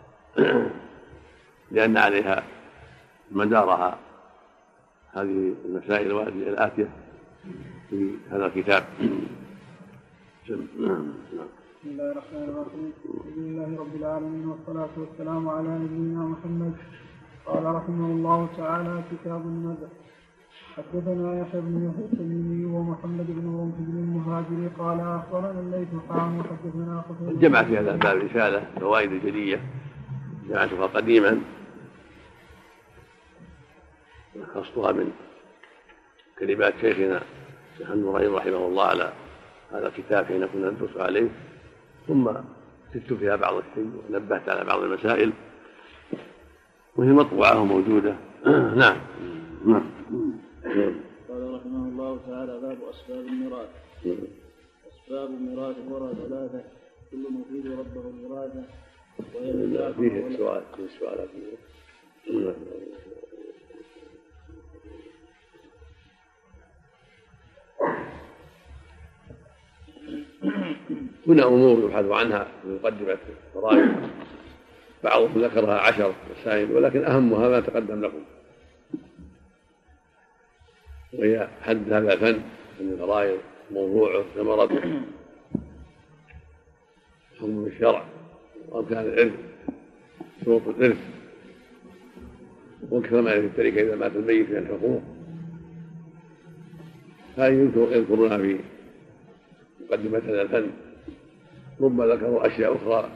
لأن عليها مدارها هذه المسائل الآتية في هذا الكتاب. بسم الله الرحمن الرحيم. الحمد لله رب العالمين والصلاة والسلام على نبينا محمد. قال رحمه الله تعالى: كتاب النذر. حدثنا يحيى بن يحيى التميمي ومحمد بن رمح بن المهاجر قال أخبرنا الليث قام وحدثنا قتيبة. جمع في هذا الباب رسالة فوائد جلية جمعتها قديما، لخصتها من كلمات شيخنا الشيخ النورين رحمه الله على هذا الكتاب حين كنا ندرس عليه، ثم زدت فيها بعض الشيء ونبهت على بعض المسائل، وهي مطبوعة وموجودة. نعم. قال رحمه الله تعالى: باب أسباب الميراث. أسباب الميراث ورا ثلاثة، كل مفيد ربه الوراثة، وهي فيه سؤالات. هنا أمور يبحث عنها في مقدمة الفرائض، بعضهم ذكرها 10 مسائل، ولكن أهمها ما تقدم لكم، وهي حد هذا الفن من الفرائض، موضوعه، ثمرته، حكم الشرع، وأركان الإرث، شروط الإرث، وكثر ما في التركة إذا مات الميت من الحقوق. هذه يذكرونها في مقدمة هذا الفن. ربما ذكروا أشياء أخرى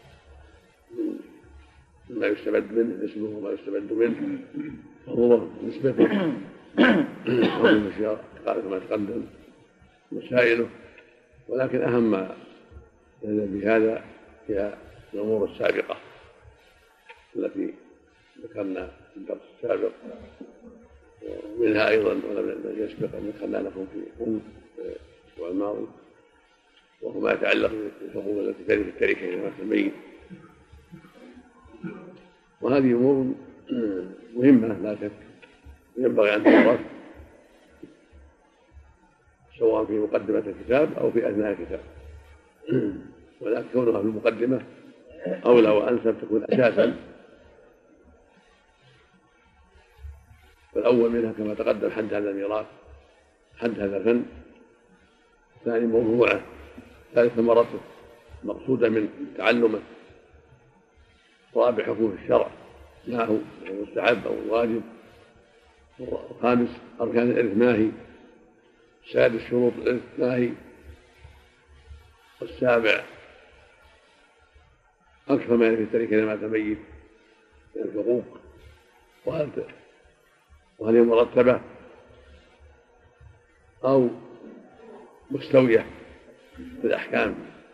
مما يستمد منه، اسمه وما يستمد منه، فهو نسبته حكم الشرع كما تقدم مسائله، ولكن أهم ما نزل بهذا هي الأمور السابقة التي ذكرنا في الدرس السابق، ومنها أيضا ولم يسبق أن ذكرنا لكم في الأسبوع الماضي، وهو ما يتعلق بالحقوق التي ترث التركة إذا مات الميت. وهذه أمور مهمة لا شك ينبغي أن تعرف، سواء في مقدمة الكتاب أو في أثناء الكتاب، ولكن كونها في المقدمة أولى وأنسب تكون أساسا. فالأول منها كما تقدم حد هذا الميراث، حد هذا الفن، الثاني موضوعه، ثالث ثمرته مقصودة من تعلمه، رابع حكم الشرع ما هو مستحب أو واجب، الخامس أركان الإرث ما هي، السادس شروط الإرث ما هي، والسابع أكثر ما في التركة إذا مات الميت من الحقوق، وهل هي مرتبة أو مستوية في الأحكام.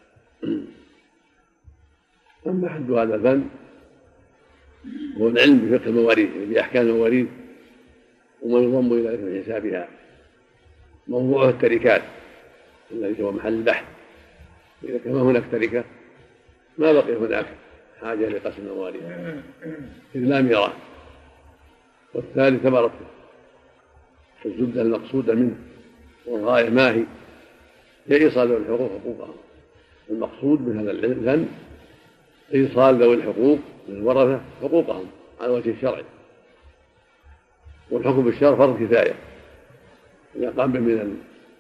أما حد هذا الفن هو العلم بفقه المواريث، بأحكام المواريث وما يضم إلى ذلك من حسابها. موضوعه التركات الذي هو محل البحث، إذا كان هناك تركة ما بقي هناك حاجة لقسم المواريث إذ لا ميراث. والثالث ثمرته، الزبدة المقصودة منه والغاية ما هي إيصال ذوي الحقوق حقوقهم. المقصود من هذا الفن إيصال ذوي الحقوق من الورثة حقوقهم على وجه الشرعي، والحكم بالشرع فرض كفاية، إذا قام من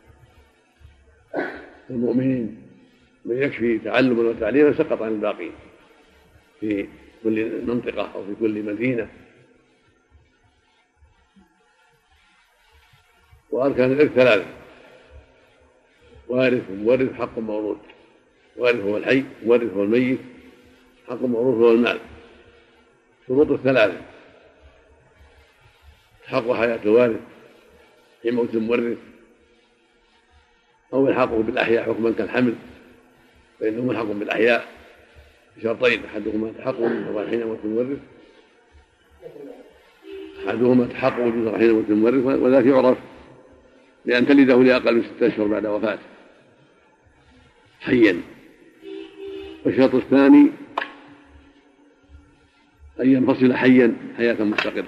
المؤمنين من يكفي تعلما وتعليما سقط عن الباقين في كل منطقة أو في كل مدينة، وأركان الإرث ثلاثة: وارث ومورث حق موروث. وارث هو الحي، ومورث هو الميت، حق موروث هو المال. شروط الثلاثة: حق حياة الوارث في موت المورث، أو الحقه بالأحياء حكما كالحمل، فإنه ملحق بالأحياء بشرطين: أحدهما تحقق وجود حين موت المورث، أحدهما تحقق وجود حين موت المورث، وذاك يعرف بأن تلده لأقل من 6 أشهر بعد وفاته حيا. والشرط الثاني أن ينفصل حيا حياة مستقرة،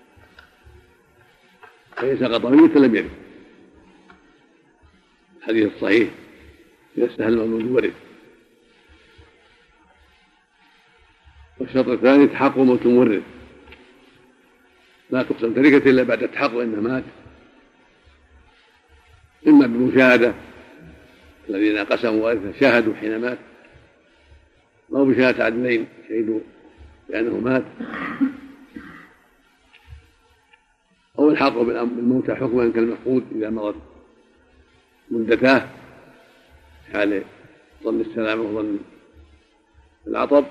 فإن سقط ميتا لم يرث. الحديث الصحيح: إذا استهل المولود ورث. والشرط الثاني تحقق موت المورث، لا تقسم تركة إلا بعد التحقق إنه مات، إما بمشاهدة الذين قسموا وارثه شاهدوا حين مات، أو بشهادة عدلين شهدوا بأنه مات، أو الحق بالموتى حكما كالمفقود إذا مضت مدتاه حال ظن السلامة وظن العطب،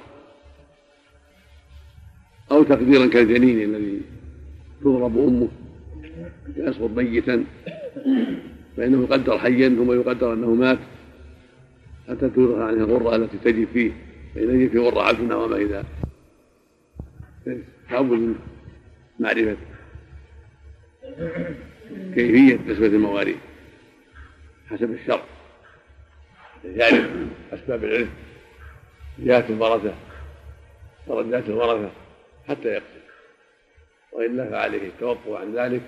أو تقديرا كالجنين الذي تضرب أمه فيسقط ميتا، فإنه يقدر حيا ثم يقدر أنه مات حتى تورث عنه الغرة التي تجب فيه، فإذا يجب في غرة عبدنا وما إذا تعود معرفة كيفية قسمة المواريث حسب الشرع، يعرف أسباب العرف، جهات الورثة، درجات الورثة حتى يقسم، وإلا فعليه التوقف عن ذلك،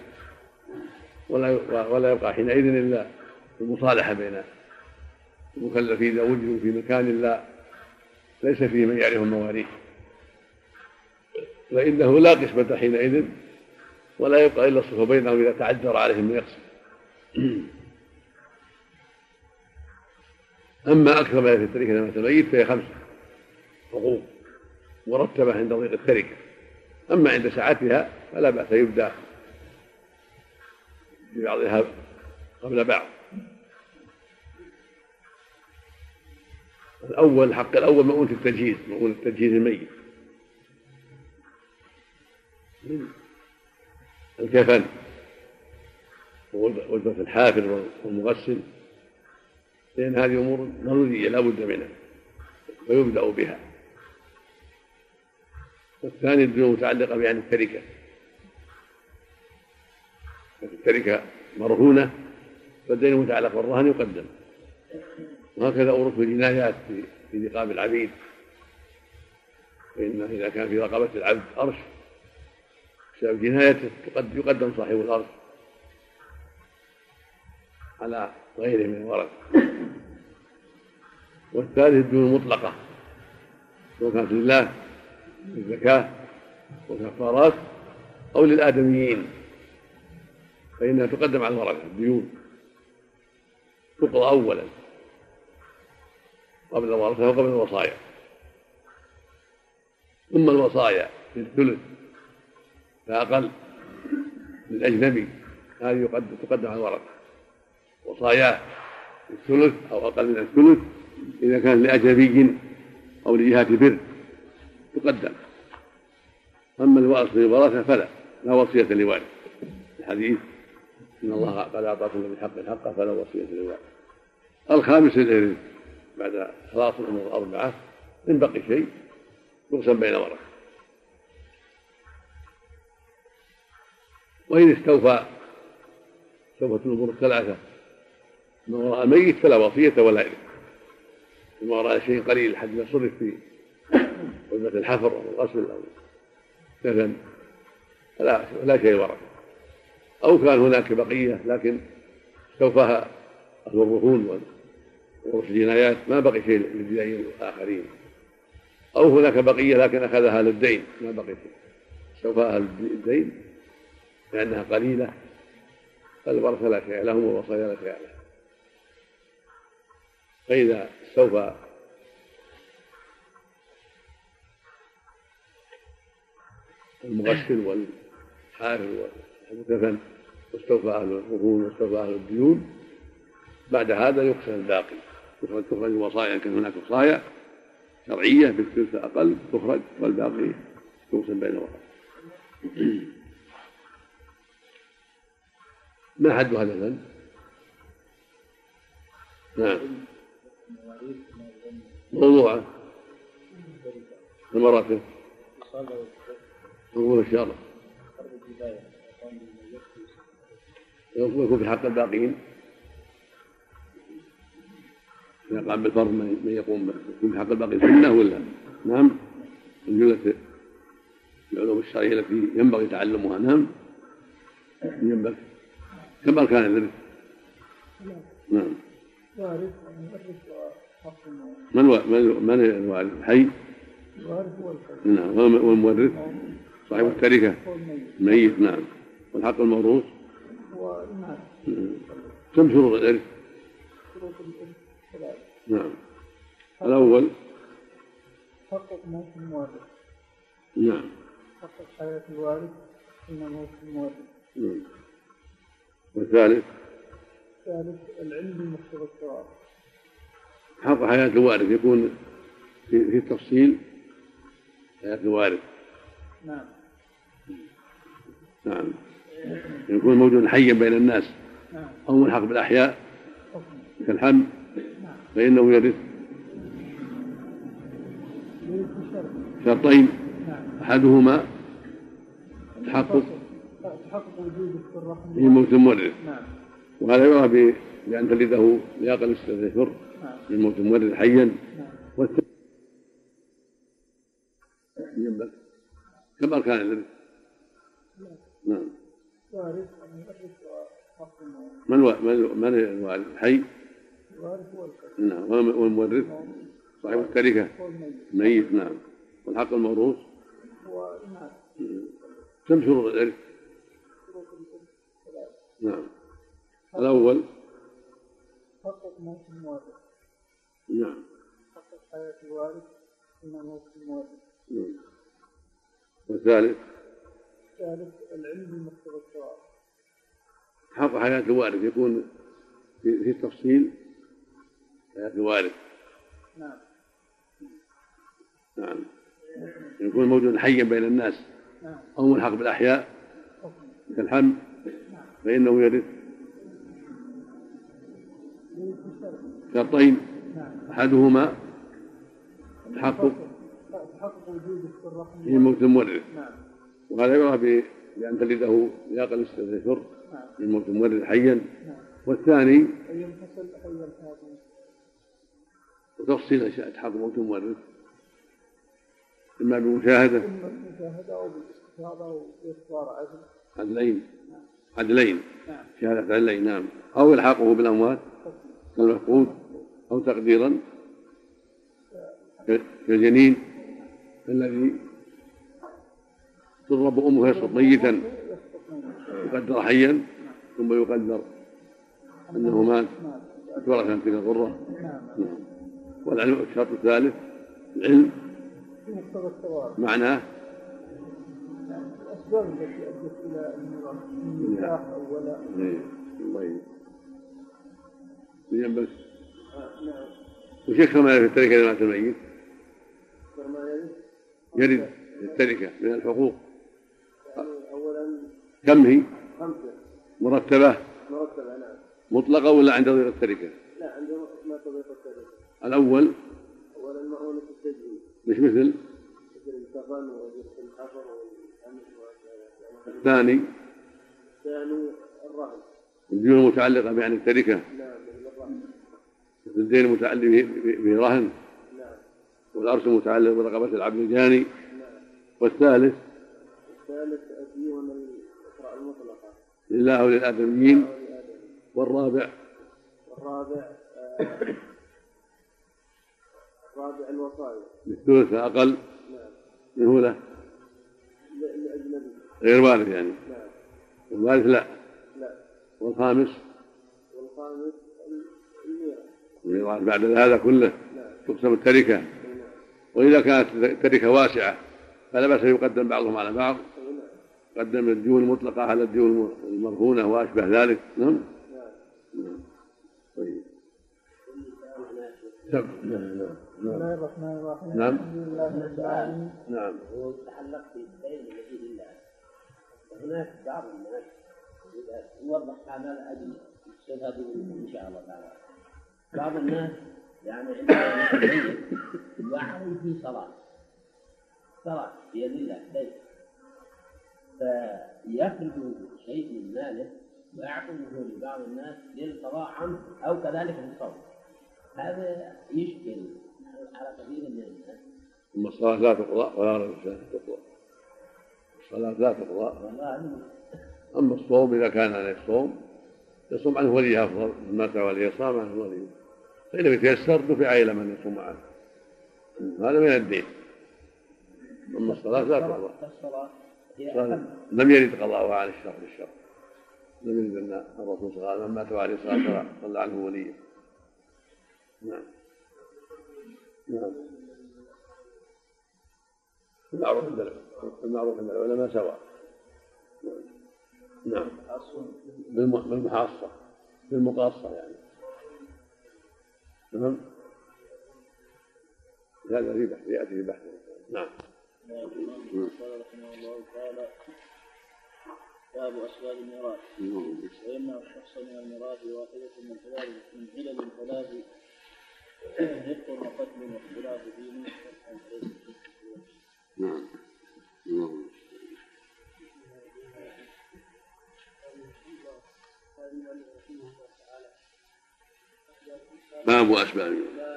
ولا يبقى حينئذ إلا المصالحة بين المكلفين إذا وجدوا في مكان ليس فيه من يعرف المواريث، فإنه لا قسمة حينئذ، ولا يبقى إلا الصفة بينهم إذا تعذر عليهم من يقسم. أما أكثر ما في التركة لما تميت فهي 5 حقوق مرتبة عند ضيق التركة، أما عند سعتها فلا بأس يبدأ ببعضها قبل بعض. الحق الأول مؤونة التجهيز، مؤونة التجهيز الميت، الكفن ووجبة الحافر والمغسل، لأن هذه أمور ضرورية لا بد منها ويبدأ بها. والثاني الديون متعلقة بعن التركة، التركة مرهونة فالدين متعلق بالرهن يقدم. وهكذا أورث الجنايات في رقاب العبيد، فإن إذا كان في رقبة العبد أرش بسبب جنايته يقدم صاحب الأرش على غيره من الورث. والثالث الديون المطلقة، سواء كانت لله بالزكاة والكفارات أو للآدميين، فإنها تقدم على الورثة. الديون تقضى أولا قبل الورثة وقبل الوصايا، ثم الوصايا في الثلث فأقل للأجنبي، هذه تقدم على الورثة. وصاياه في الثلث أو أقل من الثلث إذا كان لأجنبي أو لجهات بر تقدم. أما الورثة فلا، لا وصية لوارث. الحديث: إن الله قد أعطى كل ذي حق حقه فلا وصية لوارث. الخامس الإرث بعد خلاص الأمور الأربعة، إن بقي شيء يقسم بين ورثة. وإن استوفت الأمور الثلاثة من وراء الميت فلا وصية ولا إرث. من وراء شيء قليل حد ما صرف في وجبة الحفر أو الغسل أو كفن لا شيء ورث، أو كان هناك بقية لكن استوفاها أهل الرهون ورث الجنايات ما بقي شيء للدين الآخرين، أو هناك بقية لكن أخذها للدين ما بقي شيء استوفاها الدين لأنها قليلة، فالورثة لا شيء لهم والوصايا لا شيء لهم. فإذا استوفى المغسل والحافر والمكفن واستوفى أهل القرون واستوفى أهل الديون، بعد هذا يقسم الباقي، تخرج الوصايا، كان هناك وصايا شرعية بالثلث أقل تخرج، والباقي يقسم بين الورثة. ما حد هذا الذنب؟ نعم، موضوعة المراتب نقول إن شاء الله يكون في حق الباقين، إذا قام بالفرض من يقوم به يكون في حق الباقين سنة ولا؟ نعم، من جملة العلوم الشرعية التي ينبغي تعلمها. نعم، ينبغي كم أركان الإرث؟ نعم، من الوارث؟ الحي؟ نعم، والمورث صاحب التركة الميت. نعم، والحق الموروث. كم شروط الإرث؟ نعم، الأول حقق موت الموارث. نعم، حقق حياة الوارث إن موت الموارث. نعم، والثالث العلم بمقتضى الثواب. حق حياة الوارث يكون في التفصيل حياة الوارث. نعم، نعم، يكون موجود حيا بين الناس. نعم، أو ملحق بالأحياء كالحمل فإنه يرث شرطين، أحدهما تحقق وجوده في الرحم في موت المورث، وهذا يرى بأن تلده لأقل 6 أشهر من موت المورث حيا. والثاني ينبغي كم أركان الإرث؟ نعم، من الوارث؟ الحي؟ نعم، والمورث صاحب التركة الميت. نعم، والحق الموروث. كم شروط الإرث؟ نعم، الأول حقق موت الموارث. نعم، حقق حياة الوارث إن موت الموارث. نعم، والثالث العلم بمقتضى الثواب. حق حياة الوارث يكون في التفصيل حياة الوارث. نعم، نعم، يكون موجود حيا بين الناس. أو ملحق بالأحياء كالحمل فإنه يرث شرطين، أحدهما تحقق وجوده في الرحم في موت المورث، وهذا يرى بأن تلده لأقل 6 أشهر من موت المورث حيا. والثاني وتفصيل تحقق موت المورث إما بمشاهدة أو بالاستفاضة أو بإخبار عدلين شهادة عدلين. نعم، أو يلحقه بالأموات كالمفقود، أو تقديرا كالجنين الذي تضرب أمه يسقط ميتا يقدر حيا ثم يقدر أنه مات اتورث عن تلك الغرة. والعلم الشرط الثالث العلم معناه الأسباب التي أدت إلى النكاح أو ولاء. بس وش يكثر ما في التركة لما الميت؟ يرد التركة من الحقوق كم هي؟ 5 مرتبة. نعم. مطلقة ولا عند ضيق التركة؟ لا، عند ما تضيق التركة. الأول أولا المؤونة التجهيز، مش مثل الكفن والحفر والأمن. الثاني الرهن، الديون المتعلقة بعن التركة. نعم، الرهن. الدين المتعلق برهن. نعم، والأرث المتعلق برقبة العبد الجاني. نعم. والثالث الديون الأخرى المطلقة لله وللآدميين. والرابع الوصايا بالثلث أقل. نعم. منه له لأجنبي غير وارث يعني. نعم. والوارث لا. والخامس الميراث بعد هذا كله. نعم. تقسم التركة. نعم. وإذا كانت التركة واسعة فلا بأس يقدم بعضهم على بعض. نعم. قدم الديون المطلقة على الديون المرهونة وأشبه ذلك. نعم. طيب. بسم الله الرحمن الرحيم. نعم. الحمد لله رب العالمين. نعم. هو يتعلق بالدين الذي لله، وهناك بعض الناس يوضح هذا لأجل الشباب إن شاء الله تعالى. بعض الناس يعني عندما يعلم في صلاة بيد الله دين، فيخرج شيء من ماله ويعطيه لبعض الناس للقضاء عنه أو كذلك للصوم. هذا يشكل على كثير من الناس. ثم الصلاة لا تقضى ولا تقضى. الصلاة لا تقضى. أما الصوم إذا كان عليه الصوم يصوم عنه وليه أفضل، من مات عليه صام عنه وليه، فإن لم يتيسر دفع إلى من يصوم عنه، هذا من الدين. أما الصلاة لا تقضى. لم يرد قضاءها عن الشر بالشر، لم يرد أن الرسول صلى الله عليه وسلم من مات عليه الصلاة صلى عنه وليه. نعم. نعم. المعروف عند العلماء سواء. نعم. بالمحاصة بالمقاصة يعني. نعم. هذا في بحث يأتي في بحث. نعم. قال رحمه الله تعالى: باب أسباب الميراث. ويمنع الشخص من الميراث واحدة من علل ثلاث: رق وقتل واختلاف دين. نعم. باب أسباب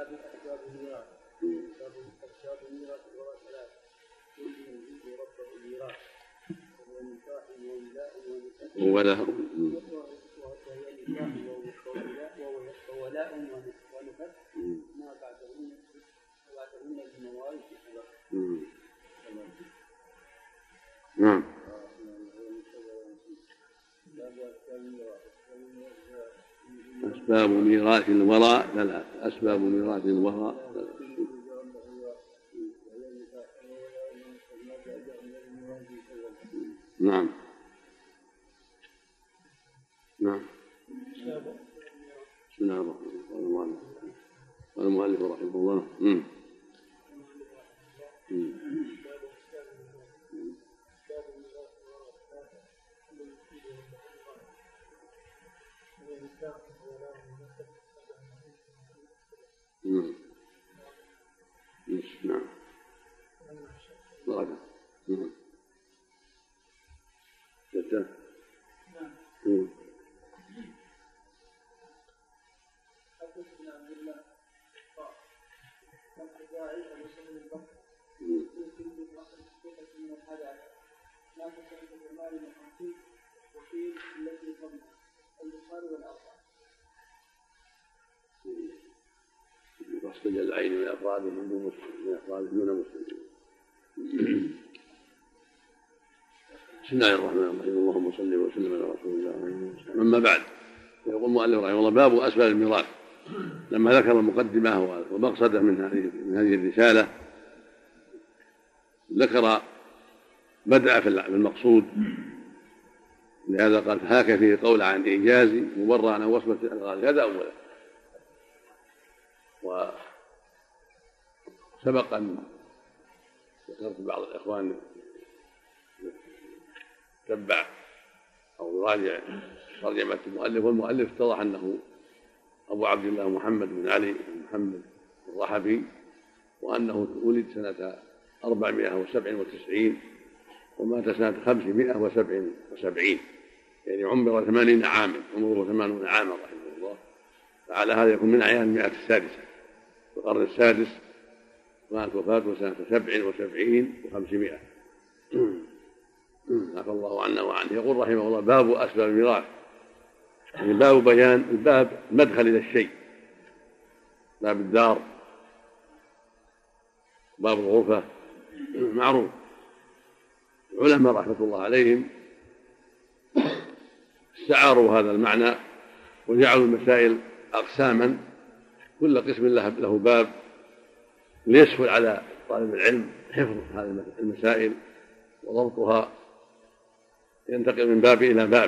وله وولاء ونفس ما بعدهن المواريث. نعم. أسباب ميراث الوراء ثلاث. أسباب ميراث الوراء ثلاث. نعم. نعم. بسم الله الرحمن الرحيم. قال المؤلف رحمه الله: نعم. بركة. ستة. واخرج العين من أفراده دون مسلم. بسم الله الرحمن الرحيم. اللهم صل وسلم على رسول الله. أما بعد، يقول المؤلف رحمه الله: باب أسباب الميراث. لما ذكر المقدمة ومقصده من هذه الرسالة، ذكر بدأ في المقصود، لهذا قال: فهاك فيه قول عن إيجاز مبرر عن وصمة الألغاز. هذا أولا. وسبق أن ذكرت بعض الإخوان تبع أو يراجع ترجمة المؤلف، والمؤلف اتضح أنه أبو عبد الله محمد بن علي بن محمد الرحبي، وأنه ولد سنة 497 ومات سنة 577، يعني عمر 80 عاما، عمره 80 عاما رحمه الله. فعلى هذا يكون من أعيان المئة السادسة في القرن السادس، مات وفاته سنة 77 و500. عفى الله عنا وعنه. يقول رحمه الله: باب أسباب الميراث، يعني باب بيان، الباب مدخل إلى الشيء، باب الدار، باب الغرفة معروف. العلماء رحمة الله عليهم استعاروا هذا المعنى وجعلوا المسائل أقساما، كل قسم له باب، ليسهل على طالب العلم حفظ هذه المسائل وضبطها ينتقل من باب إلى باب،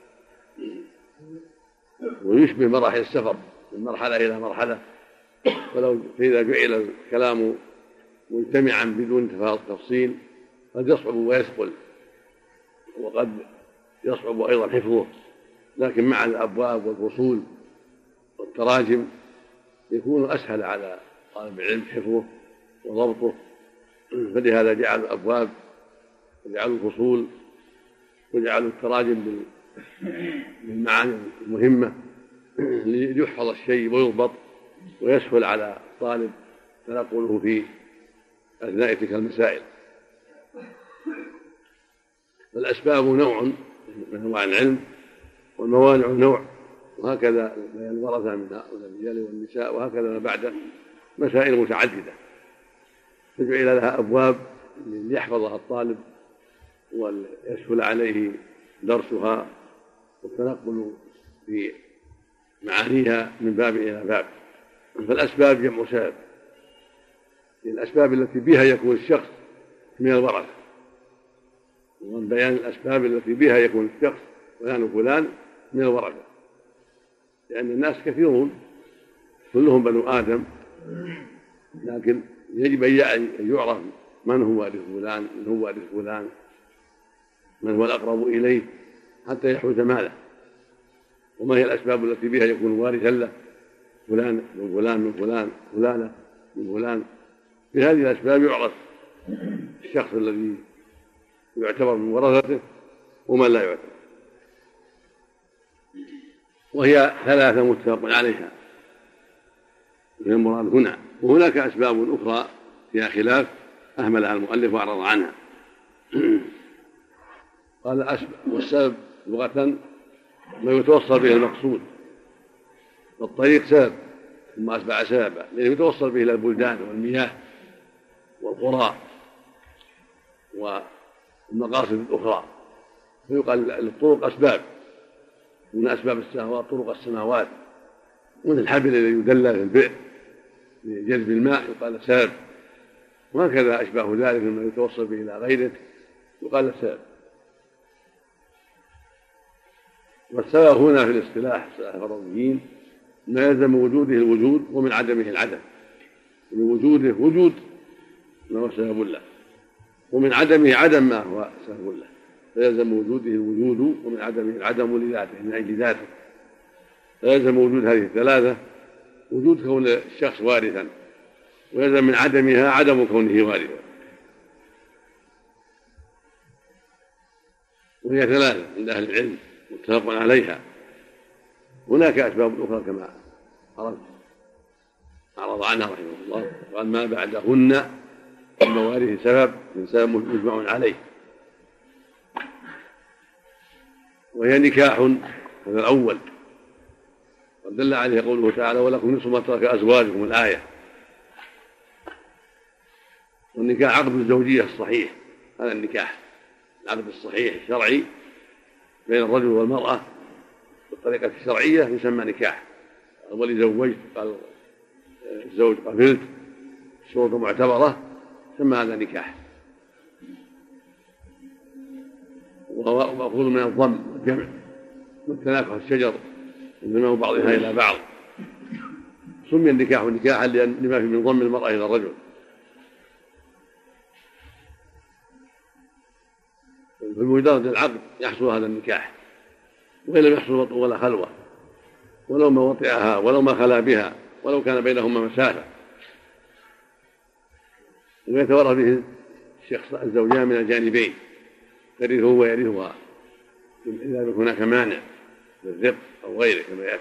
ويشبه مراحل السفر من مرحلة إلى مرحلة. فإذا جعل الكلام مجتمعا بدون تفصيل قد يصعب ويثقل، وقد يصعب أيضا حفظه، لكن مع الأبواب والفصول والتراجم يكون أسهل على طالب العلم حفظه وضبطه. فلهذا جعلوا الأبواب وجعلوا الفصول وجعلوا التراجم بالمعاني المهمة ليحفظ الشيء ويضبط ويسهل على الطالب تنقله في أثناء تلك المسائل. فالأسباب نوع من أنواع العلم، والموانع نوع، وهكذا بين الورثة من الرجال والنساء، وهكذا ما بعده مسائل متعددة تجعل لها أبواب ليحفظها الطالب ويسهل عليه درسها والتنقل في معانيها من باب إلى باب. فالأسباب جمع سبب، الأسباب التي بها يكون الشخص من الورثة، ومن بيان الأسباب التي بها يكون الشخص فلان من الورثة، لأن الناس كثيرون كلهم بنو آدم، لكن يجب أن يعرف من هو وارث فلان، من هو وارث فلان، من هو الأقرب إليه حتى يحوز ماله، وما هي الأسباب التي بها يكون وارثا له، فلان من فلان من فلان، فلانة من فلان. بهذه الأسباب يعرف الشخص الذي يعتبر من ورثته ومن لا يعتبر، وهي ثلاثة متفق عليها من المراد هنا. وهناك أسباب أخرى فيها خلاف أهملها المؤلف وأعرض عنها. قال والسبب لغة ما يتوصل به المقصود، والطريق سبب ثم أتبع سببا، لأنه يتوصل به إلى البلدان والمياه والقرى والمقاصد الأخرى. فيقال للطرق أسباب، من أسباب السماوات طرق السماوات، ومن الحبل الذي يدلى في البئر لجذب الماء يقال سبب، وهكذا أشباه ذلك مما يتوصل به إلى غيره يقال سبب. والسبب هنا في الاصطلاح الفرضيين ما يلزم وجوده الوجود ومن عدمه العدم، من وجوده وجود ما هو سبب له، ومن عدمه عدم ما هو سبب له، فيلزم وجوده الوجود ومن عدمه العدم لذاته من أجل ذاته. فيلزم وجود هذه الثلاثة وجود كون الشخص وارثا، ويلزم من عدمها عدم كونه وارثا. وهي ثلاثة عند أهل العلم متفق عليها. هناك أسباب أخرى كما أعرض عنها رحمه الله، قال ما بعدهن الموارث سبب من سبب مجمع عليه، وهي نكاح، هذا الأول، ودل عليه قوله تعالى ولكم نصف ما ترك أزواجكم الآية. والنكاح عقد الزوجية الصحيح، هذا النكاح العقد الصحيح الشرعي بين الرجل والمرأة بالطريقة الشرعية يسمى نكاح. أول زوجت قال الزوج قبلت شروط معتبرة يسمى هذا نكاح. وهو مأخوذ من الضم والجمع والتناكح الشجر انضمام بعضها إلى بعض. سمي النكاح نكاحا لما في من ضم المرأة إلى الرجل. بمجرد العقد يحصل هذا النكاح، وإن لم يحصل وطء ولا خلوة، ولو ما وطئها ولو ما خلا بها ولو كان بينهما مسافة. ويتورث به الشخص الزوجان من الجانبين، يرثه ويرثها إذا لم يكن هناك مانع للرق أو غيره كما يأتي.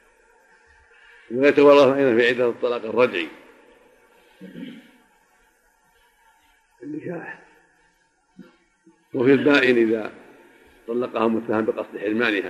ويتورث أيضا في عدة الطلاق الرجعي النكاح. وفي البائن إذا طلقها متهم بقصد حرمانها.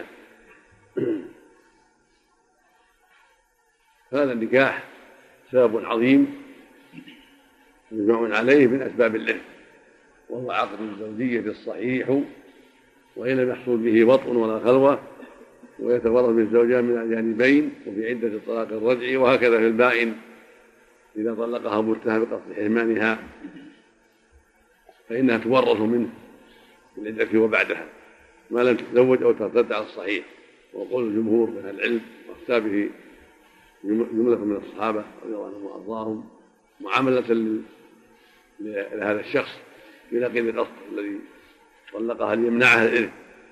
هذا النكاح سبب عظيم مجمع عليه من أسباب الإرث، وهو عقد الزوجية الصحيح وإن لم يحصل به وطء ولا خلوة، ويتورث بالزوجان من الجانبين، وفي عدة الطلاق الرجعي. وهكذا في البائن إذا طلقها متهم بقصد حرمانها فإنها تورث منه في العدة وبعدها. ما لم تتزوج أو ترتد على الصحيح، وقول الجمهور من العلم وافتى به جملة من الصحابة رضي الله عنهم وأرضاهم معاملة لهذا الشخص بنقيض الأصل الذي طلقها ليمنعها الإرث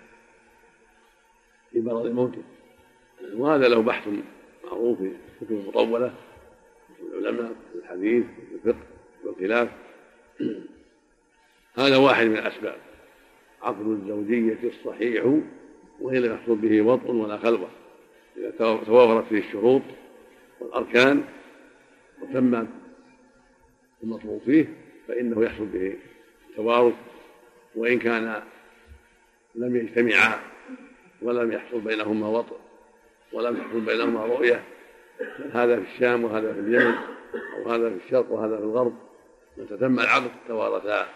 في مرض موته. وهذا له بحث معروف في الكتب المطولة في العلماء في الحديث في الفقه والخلاف. هذا واحد من الأسباب، عقد الزوجية الصحيح وإن لم يحصل به وطء ولا خلوة، إذا توافرت فيه الشروط والأركان وتم المطلوب فيه فإنه يحصل به توارث، وإن كان لم يجتمعا ولم يحصل بينهما وطء ولم يحصل بينهما رؤية، هذا في الشام وهذا في اليمن أو هذا في الشرق وهذا في الغرب، متى تم العقد توارثا.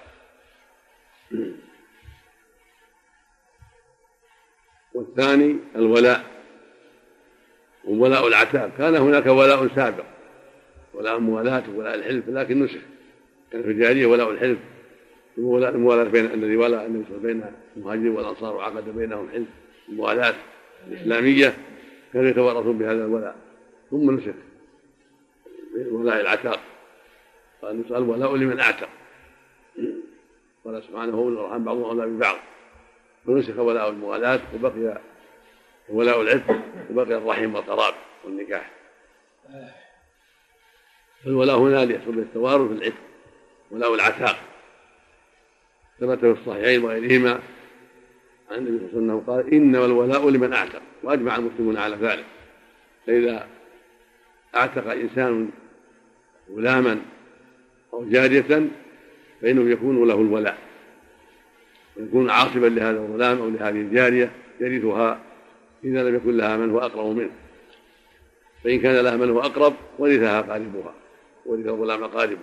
والثاني الولاء، وولاء العتاب. كان هناك ولاء سابق، ولاء موالاه وولاء الحلف، لكن نسخ. كان في الجاهليه ولاء الحلف، الموالاه بين الذي والى النبي صلى الله عليه وسلم بين المهاجرين والانصار وعقد بينهم حلف الموالاه الاسلاميه، كانوا يتوارثون بهذا الولاء، ثم نسخ ولاء العتاق، قال نسأل الولاء لمن اعتق، قال سبحانه هو الارحام بعضهم اولى ببعض، فنسخ ولاء الموالاه وبقي ولاء العتق وبقي الرحم والقرابه والنكاح. فالولاء هنا ليحصل به التوارث في العتق ولاء العتاق، ثبت في الصحيحين وغيرهما عن النبي صلى الله عليه وسلم قال انما الولاء لمن اعتق، واجمع المسلمون على ذلك. فاذا اعتق انسان غلاما او جاريه فانه يكون له الولاء، ويكون عاصبا لهذا الغلام او لهذه الجاريه يرثها اذا لم يكن لها من هو اقرب منه، فان كان لها من هو اقرب ورثها قاربها، ورث الغلام قاربه.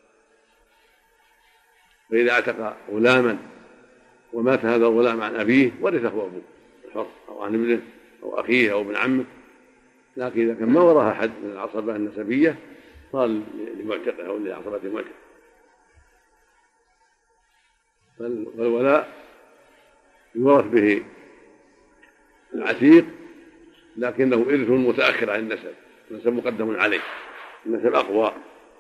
فإذا اعتق غلاما ومات هذا الغلام عن أبيه ورثه أبوه الحر أو عن ابنه أو أخيه أو ابن عمه، لكن إذا كان ما وراها أحد من العصبة النسبية صار لمعتقه أو لعصبة المعتق. فالولاء يورث به العتيق، لكنه إرث متأخر عن النسب، النسب مقدم عليه، النسب أقوى.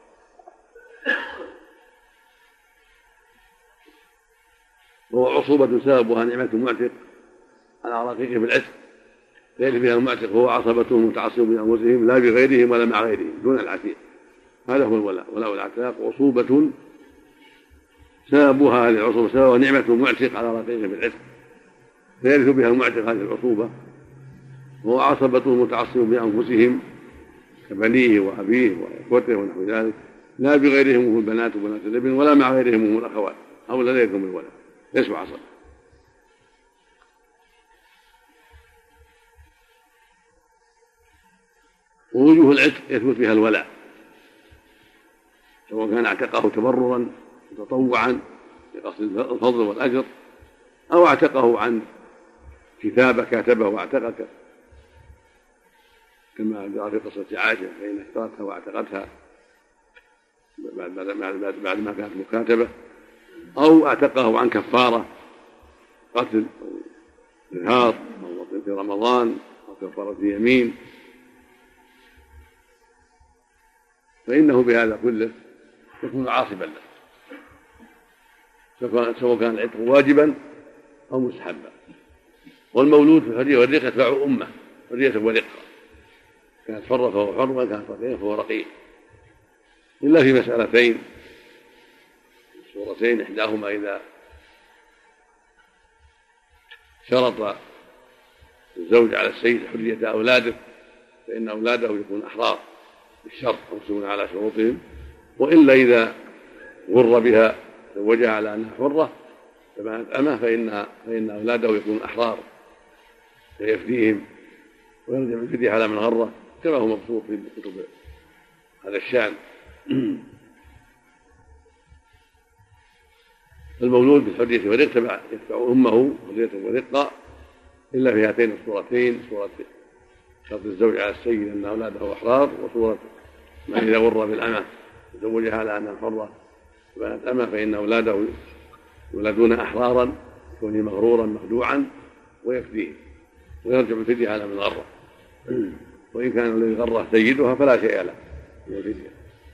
وهو عصوبة سببها نعمة المعتق على رقيقه بالعتق، فيرث بها المعتق هو عصبته متعصب بأنفسهم لا بغيرهم ولا مع غيرهم دون العتيق. هذا هو الولاء، ولاء العتاق عصوبة سببها هذه العصوبة سببها نعمة المعتق على رقيقه بالعتق، فيرث بها المعتق هذه العصوبة وهو عصبته متعصب بأنفسهم كبنيه وأبيه وإخوته ونحو ذلك لا بغيرهم هم البنات وبنات الابن ولا مع غيرهم هم الأخوات، هؤلاء لا يرثون الولاء، ليسوا عصبة. ووجوه العتق يثبت فيها الولاء، سواء كان اعتقه تبررا وتطوعا لقصد الفضل والأجر، أو اعتقه عن كتابة كاتبه واعتقك، كما جاء في قصة عائشة فإن اشترتها واعتقتها بعد ما كانت مكاتبة، أو اعتقه عن كفارة قتل أو إرهاق أو وطن في رمضان أو كفارة يمين، فإنه بهذا كله يكون عاصبا له، سواء كان العتق واجبا أو مستحبا. والمولود في الحرية والرقة يتبع أمه، حرية ورقة، كانت حرة فهو حر وكانت رقيقة فهو رقيق، إلا في مسألتين صورتين، إحداهما إذا شرط الزوج على السيد حرية أولاده فإن أولاده يكون أحرار بالشرط يمسكون على شروطهم، وإلا إذا غر بها زوجها على أنها حرة فبانت أمه فإن أولاده يكون أحرار فيفديهم ويرجع بالفدية على من غره، كما هو مبسوط في كتب هذا الشأن. المولود بالحرية والرقة يتبع أمه حرية ورقة، إلا في هاتين الصورتين، صورة شرط الزوج على السيد أن أولاده أحرار، وصورة ما إذا غر بالأمة زوجها على أنها حرة فبانت أمة فإن أولاده يولدون أحرارا كونه مغرورا مخدوعا ويفديه ويرجع الفدية على من غره. وإن كان الذي غره سيدها فلا شيء له من الفدية.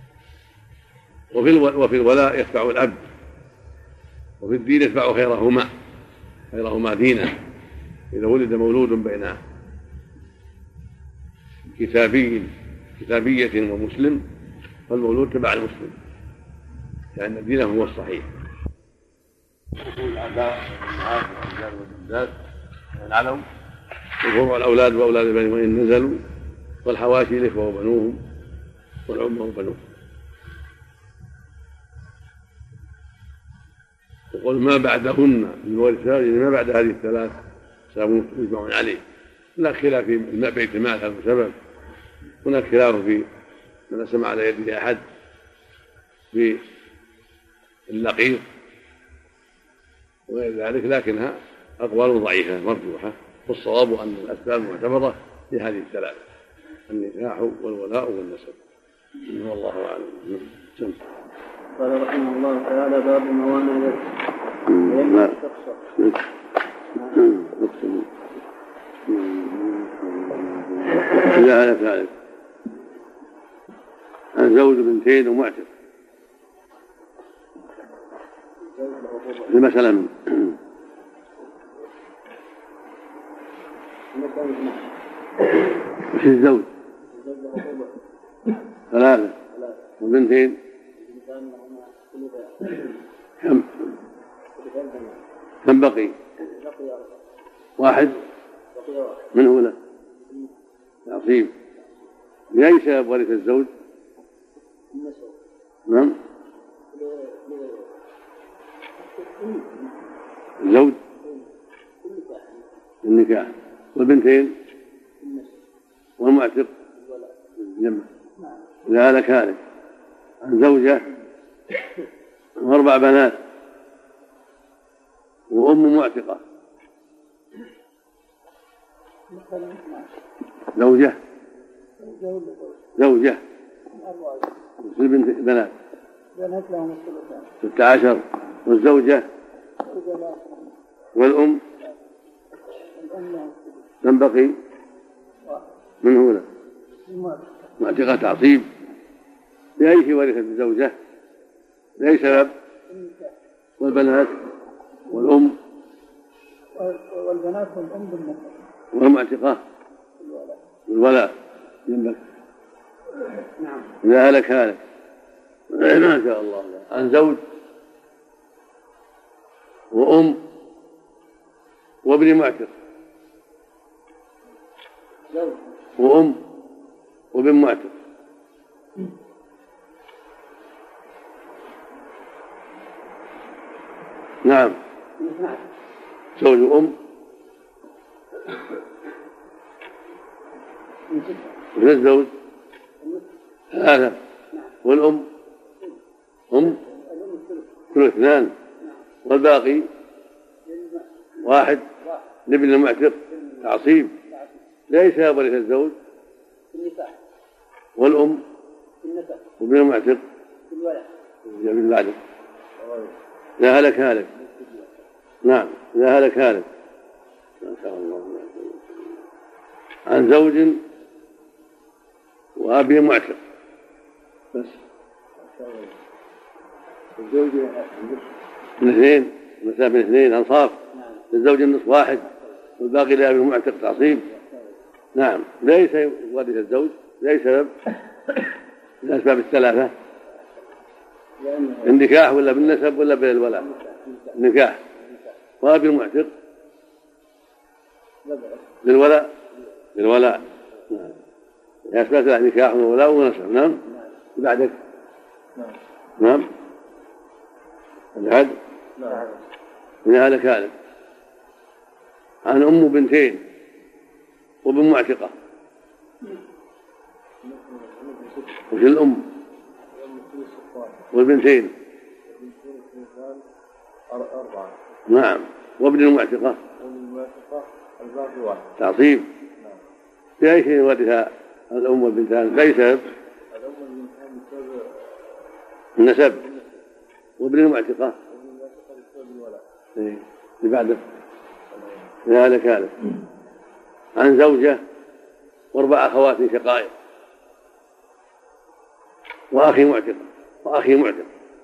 وفي الولاء يتبع الأب، وفي الدين يتبع خيرهما دينا. إذا ولد مولود بين كتابية ومسلم فالمولود تبع المسلم لأن دينه هو الصحيح. الآباء والأمهات والأجداد والجدات وإن علوا، وفروع الأولاد وأولاد البنين وإن نزلوا، والحواشي الإخوة وبنوهم والعمة وبنوهم. وقل ما بعدهن من ورثة، يعني ما بعد هذه الثلاث مجمع عليه. هناك خلاف في بيت المال هذا سبب، هناك خلاف في من أسلم على يده أحد في اللقيط وغير ذلك، لكنها أقوال ضعيفة مرجوحة، والصواب أن الأسباب المعتبرة في هذه الثلاثة: النكاح والولاء والنسب. والله أعلم. قال رحمه الله تعالى: باب موانع إذا هلك ذلك عن زوج بنتين ومعتق مثلا وش الزوج ثلاثة وبنتين كم بقي؟ واحد من هو له تعصيب. بأي سبب ورث الزوج؟ نعم الزوج النكاح، والبنتين والمعتق جمع. إذا هلك هالك عن زوجة وأربع بنات وأم معتقة، زوجة بنات 16 والزوجة والأم تنبقي من هنا معتقة تعصيب. بأي شيء ورثت الزوجة؟ بأي سبب؟ والبنات والأم والبنات والأم بالنسبة والمعتقة والولاء ينبغي. نعم. إذا هلك هالك ما شاء الله عن زوج وأم وابن معتق، وأم وابن معتق. نعم زوج وأم وابن الزوج ثلاثة، والأم كل اثنان، والباقي واحد لابن المعتق تعصيب. ليس ورث الزوج والأم وابن المعتق بالله. إذا هلك هالك. نعم إذا هلك هالك. ما شاء الله. عن زوج وأبي معتق بس الزوج من اثنين مثلا من اثنين أنصاف، للزوج النصف واحد والباقي لأبي معتق تعصيب. نعم ليس ورث الزوج ليس سبب من الأسباب الثلاثة: النكاح ولا بالنسب ولا بالولاء. النكاح وأبي المعتق للولاء. يا أسباب ثلاثة: نكاح وولاء ونسب. نعم بعدك. نعم العد. من هلك هالك عن أم بنتين وابن معتقة. وش الأم والبنتين؟ نعم وابن المعتقة تعصيب. بأي شيء ورثها الأم والبنتان؟ بأي سبب؟ النسب. وابن المعتقة اللي بعده هذا كانت عن زوجة و4 أخوات شقائق وأخي معتق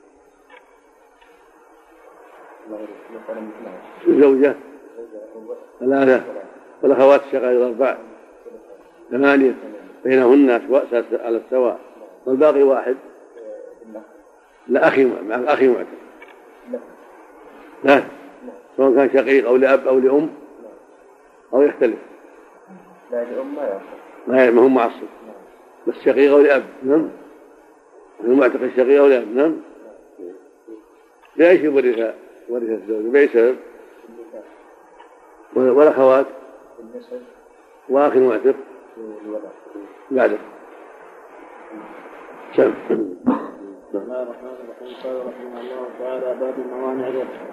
زوجة 3 والأخوات الشقائق 4 8 بينهن على السواء والباقي 1 لا أخي معتق لا سواء كان شقيق أو لأب أو لأم أو يختلف لا لأم ما هو معصب بس شقيق أو لأب نعم المعتق الشقيق أو لأب نعم بأي شيء ورث الزوج بأي سبب والأخوات وأخي معتق بعده بسم الله الرحمن الرحيم. قال رحمه الله تعالى باب الموانع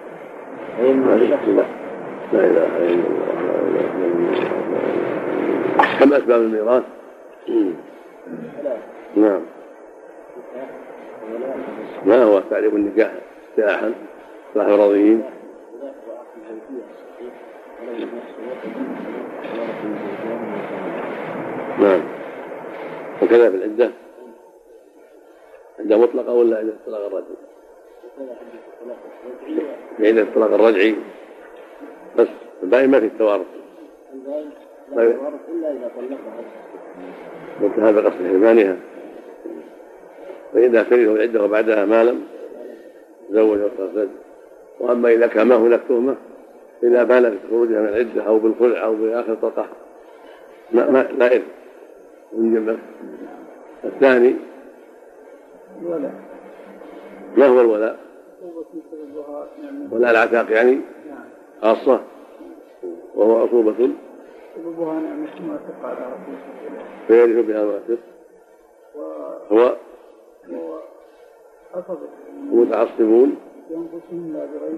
لا إله إلا الله. كم أسباب الميراث؟ نعم. ما هو تعريف النكاح اصطلاحا؟ اصطلاح الراضيين. نعم. وكذا في العدة عدة مطلقة ولا عدة الطلاق الرجعي؟ في عدة الطلاق الرجعي بس الباقي ما في التوارث. إلا إذا طلقها قلت هذا قصد حرمانها فإذا ترث العدة وبعدها ما لم تزوج وتصدق. وأما إذا كان ما هناك تهمة إذا بالغ خروجها من العدة أو بالخلع أو بآخر طلقة لا إثم من جنبه. الثاني ما هو الولاء؟ ولاء العتاق يعني خاصة وهو عصوبة سببها نعمة المعتق على رسول فيرث بها المعتق هو متعصبون ينقصهم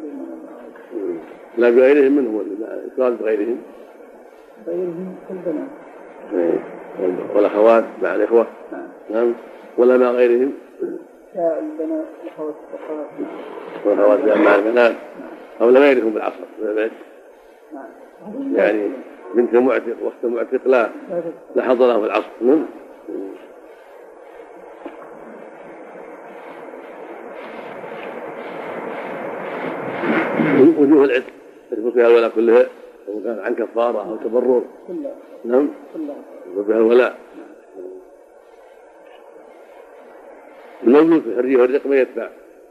لا بغيرهم منهم إشغال بغيرهم كالبنات والأخوات مع الإخوة نعم ولا مع غيرهم كالبنات والأخوات مع البنات أو لا غيرهم بالعصر يعني بنت معتق واخت معتق لا حظ له في العصر نعم. وجوه العتق يثبت فيها الولاء كلها سواء كان عن كفارة أو تبرر نعم يثبت فيها الولاء. المولود في الحرية والرق ما يتبع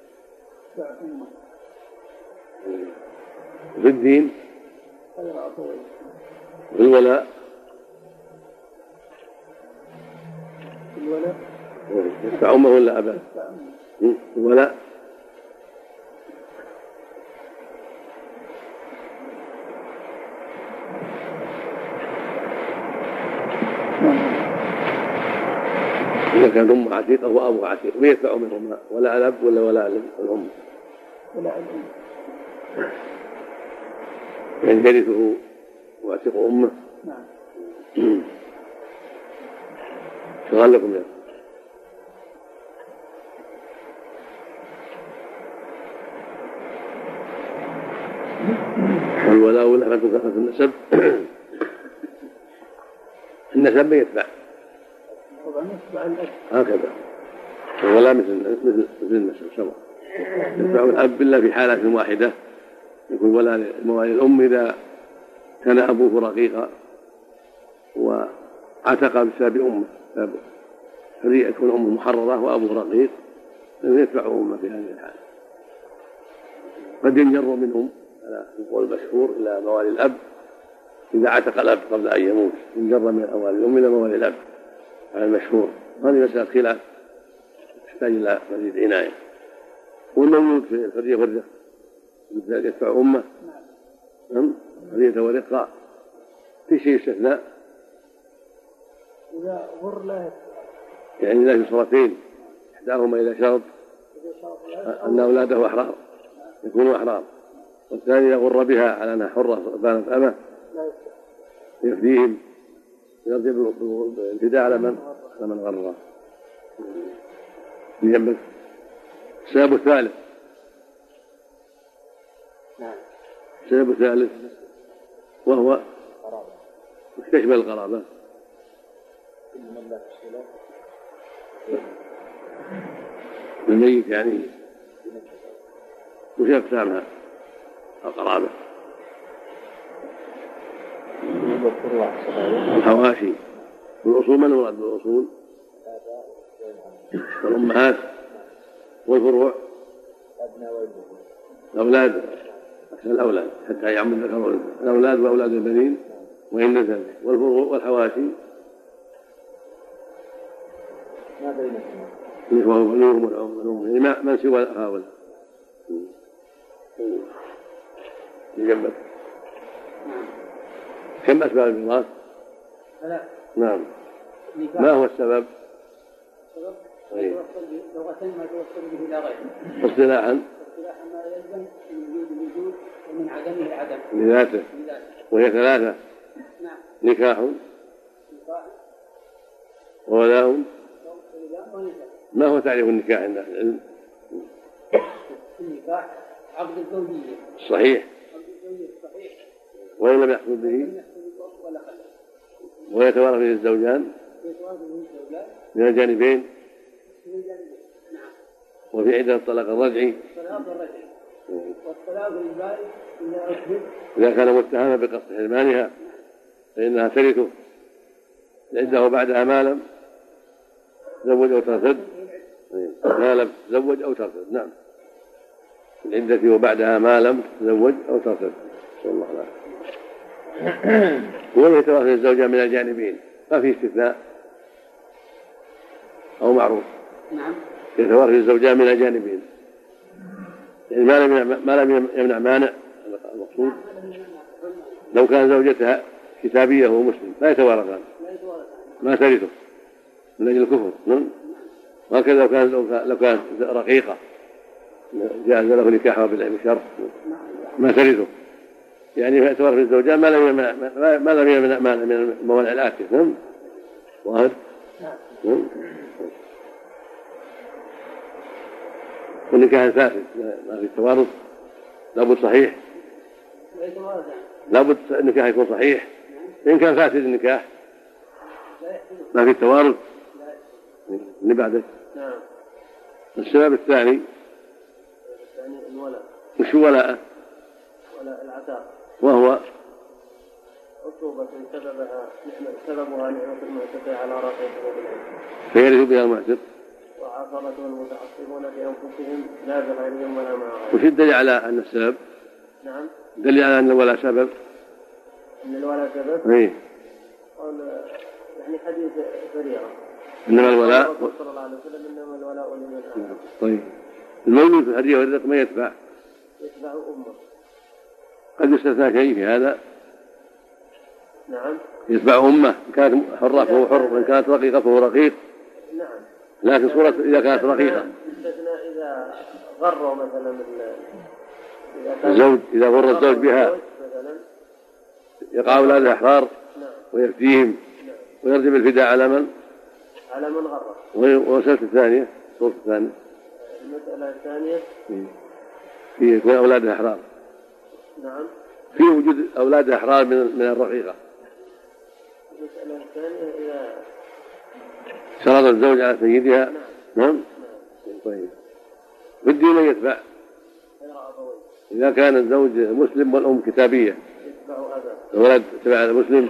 في الدين في الولاء يتبع أمه ولا أباه الولاء إذا كان أم عتيق أو أبو عتيق ويتبع منهما ولا الأب ولا الأم يعني يرثه وعتيق أمه شغال لكم يا الولاء ولا فتنة النسب النسب يتبع هكذا ولا مثل النسب سواء يتبع الأب إلا في حالة واحدة يكون ولا موالي الأم إذا كان أبوه رقيقا وعتق بسبب أمه هذه تكون أمه محررة وأبوه رقيق يتبع أمه في هذه الحالة. قد ينجر منهم على القول المشهور إلى موالي الأب إذا عتق الأب قبل أن يموت ينجر من موالي الأم إلى موالي الأب على المشهور. هذه مسألة خلاف تحتاج إلى مزيد عناية. والمولود في الحرية والرق يتبع أمه حرية ورقة في شيء استثناء إذا غر لا يعني لا في صورتين إحداهما إذا شرط أن أولاده أحرار يكونوا أحرار والثاني إذا غر بها على أنها حرة بانت أمه يفديهم يرجع بالفداء على من غره السبب الثالث السبب الثالث وهو يشمل القرابة الميت يعني وش أقسامها القرابة الحواشي والأصول. من مراد بالأصول؟ والأمهات والفروع الأولاد الأولاد حتى يعم الذكر الأولاد وأولاد البنين وإن نزل والفروع والحواشي من سوى هؤلاء جنبك. كم أسباب الميراث؟ نعم. ما هو السبب؟ لغة ما توصل به إلى غيره. اصطلاحا ما يلزم من وجود الوجود ومن عدمه العدم لذاته. وهي ثلاثة. نعم. نكاح وولاء. ما هو تعريف النكاح عند أهل العلم؟ النكاح عقد الزوجية. صحيح. عقد الزوجية صحيح. وإن لم يحصل به ويتوارث به الزوجان من الجانبين. نعم. وفي عدة الطلاق الرجعي. والطلاق البائن إذا كان متهما بقصد حرمانها فإنها ترثه لعده بعدها ما لم تزوج أو ترتد. ما لم تزوج أو ترتد. نعم. العدة وبعدها ما لم تزوج أو ترتد. صلى الله عليه وسلم. ومن يتوارث الزوجان من الجانبين ما في استثناء أو معروف. نعم. يتوارث الزوجان من الجانبين يعني ما لم يمنع مانع المقصود. لو كان زوجتها كتابية ومسلم لا يتوارثان ما ترثه من أجل الكفر. وهكذا لو كانت رقيقة جاز له نكاحها بالعلم الشرع ما ترثه يعني يتوارث الزوجان ما لم يمنع مانع من الموانع الآتية. واحد. والنكاح الفاسد ما في التوارث لابد صحيح. لابد النكاح يكون صحيح. إن كان فاسد النكاح ما في التوارث. اللي بعده. السبب الثاني الولاء. وش ولاءه؟ ولاء العتاق وهو عقوبة سببها نعمة المعتق على رأسه فيرث بها المعتق وعصبته المتعصبون بأنفسهم لا بغيرهم ولا مع غيرهم. وش الدليل على أن السبب؟ نعم. دليل على أن الولاء سبب. أن الولاء سبب. إيه. قال يعني حديث بريرة. إنما الولاء. صلى الله عليه وسلم إنما الولاء لمن آمن. طيب. المولود في الحديث والرزق ما يتبع أمه. قد يستثنى شيء في هذا. نعم. يتبع أمه إن كانت حرة فهو حر وإن كانت رقيقة فهو رقيق. نعم. لكن صورة إذا كانت رقيقة. استثناء إذا غروا مثلا الزوج إذا غر الزوج بها يقع أولاد الأحرار. نعم. ويفتيهم. نعم. ويرجم الفداء على من؟ على من غره. والمسألة الثانية صورة الثانية. المسألة الثانية في يكون أولاد الأحرار. نعم. في وجود أولاد الأحرار من الرقيقة. المسألة الثانية إذا شرط الزوج على سيدها. نعم. طيب. والدين يتبع إذا كان الزوج مسلم والأم كتابية الولد تبع المسلم.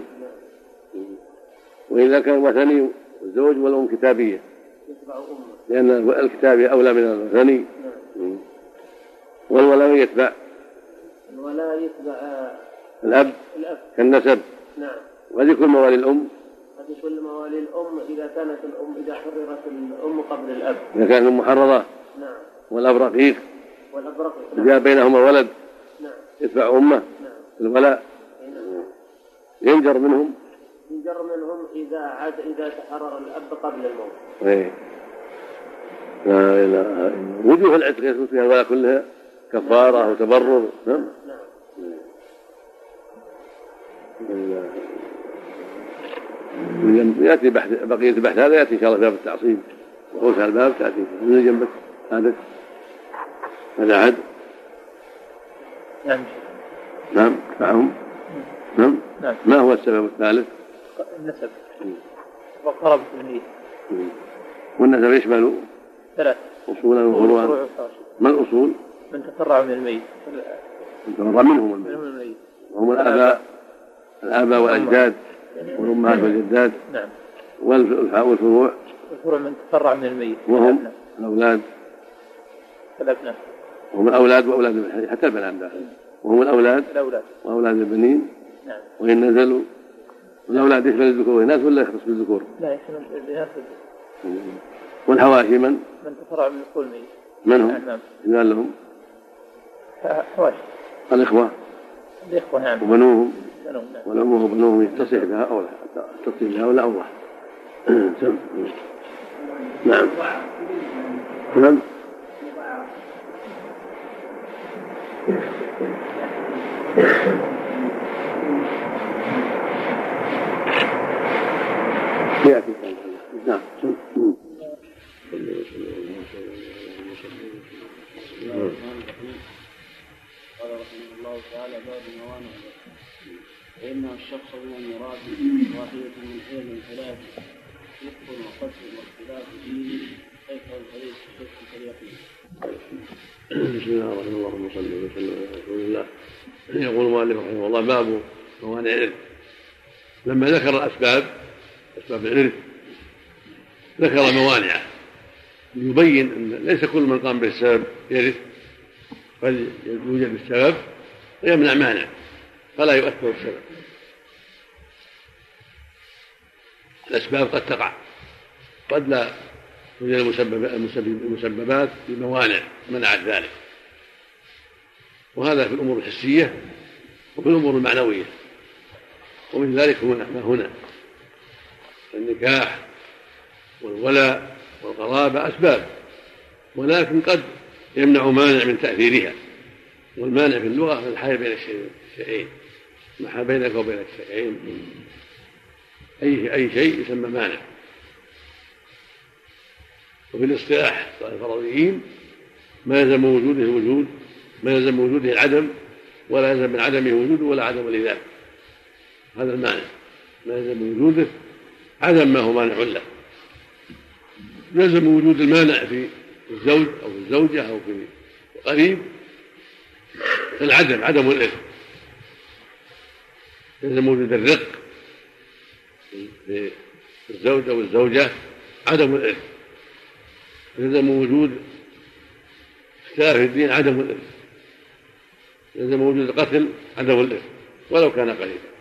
وإذا كان وثني الزوج والأم كتابية لأن الكتابية أولى من الوثني. والولاء يتبع الأب كالنسب. نعم. وقد يكون موالي الأم. قد يكون موالي الأم إذا كانت الأم إذا حررت الأم قبل الأب. إذا كانت الأم محررة. نعم. والأب رقيق. نعم. إذا بينهما ولد. نعم. يتبع أمه. نعم. الولاء. نعم. ينجر منهم إذا تحرر الأب قبل الموت. إيه. لا إله. وجوه العتق يثبت فيها الولاء كلها كفارة وتبرر. نعم. يأتي بقية البحث هذا يأتي إن شاء الله باب التعصيب وأوسع الباب تأتي من جنبك هذا عد. نعم تدفعهم. نعم. ما هو السبب الثالث؟ النسب وقرابة الميت. والنسب يشمل 3 أصولا وفروعا. ما الأصول؟ من تفرع من الميت. من تفرع منهم الميت. وهم الآباء والأجداد والأمهات والجدات. نعم. والفروع من تفرع من الميت. وهم الأولاد. الأبناء. وهم الأولاد وأولاد حتى البنات. وهم الأولاد وأولاد البنين. نعم. وإن نزلوا الأولاد يشمل الذكور والإناث ولا يختص بالذكور؟ لا يشمل الإناث. والحواشي من تفرع من كل ميت. من هم؟ إذا قال لهم حواشي الإخوة. نعم. وبنوهم. والأمه وبنوهم يتصح بها أو لا أوضح. نعم. يأتي. نعم. قال رحمه الله تعالى باب موانع فإن الشخص من المراد واحدة من علم 3 نطق وقتل واختلاف دين كيف الحديث في اليقين. بسم الله الرحمن الرحيم. اللهم صل وسلم على رسول الله. يقول المؤلف رحمه الله باب موانع العلم. لما ذكر أسباب العلم ذكر موانع يبين أن ليس كل من قام بالسبب يرث، قد يوجد السبب ويمنع مانع فلا يؤثر السبب. الأسباب قد تقع قد لا توجد المسببات بموانع منعت ذلك، وهذا في الأمور الحسية وفي الأمور المعنوية. ومن ذلك ما هنا النكاح والولاء والقرابة أسباب، ولكن قد يمنع مانع من تأثيرها. والمانع في اللغة الحال بين الشيئين، ما حال بينك وبين الشيئين أي شيء يسمى مانع. وفي الاصطلاح الفرضيين ما يلزم وجوده الوجود، ما يلزم وجوده العدم، ولا يلزم من عدمه وجوده ولا عدم لذاته. هذا المانع ما يلزم وجوده عدم ما هو مانع له. يلزم وجود المانع في الزوج أو في الزوجة أو في القريب العدم، عدم الإرث. يلزم وجود الرق في الزوج أو الزوجة عدم الإرث. يلزم وجود اختلاف الدين عدم الإرث. يلزم وجود القتل عدم الإرث ولو كان قريبا.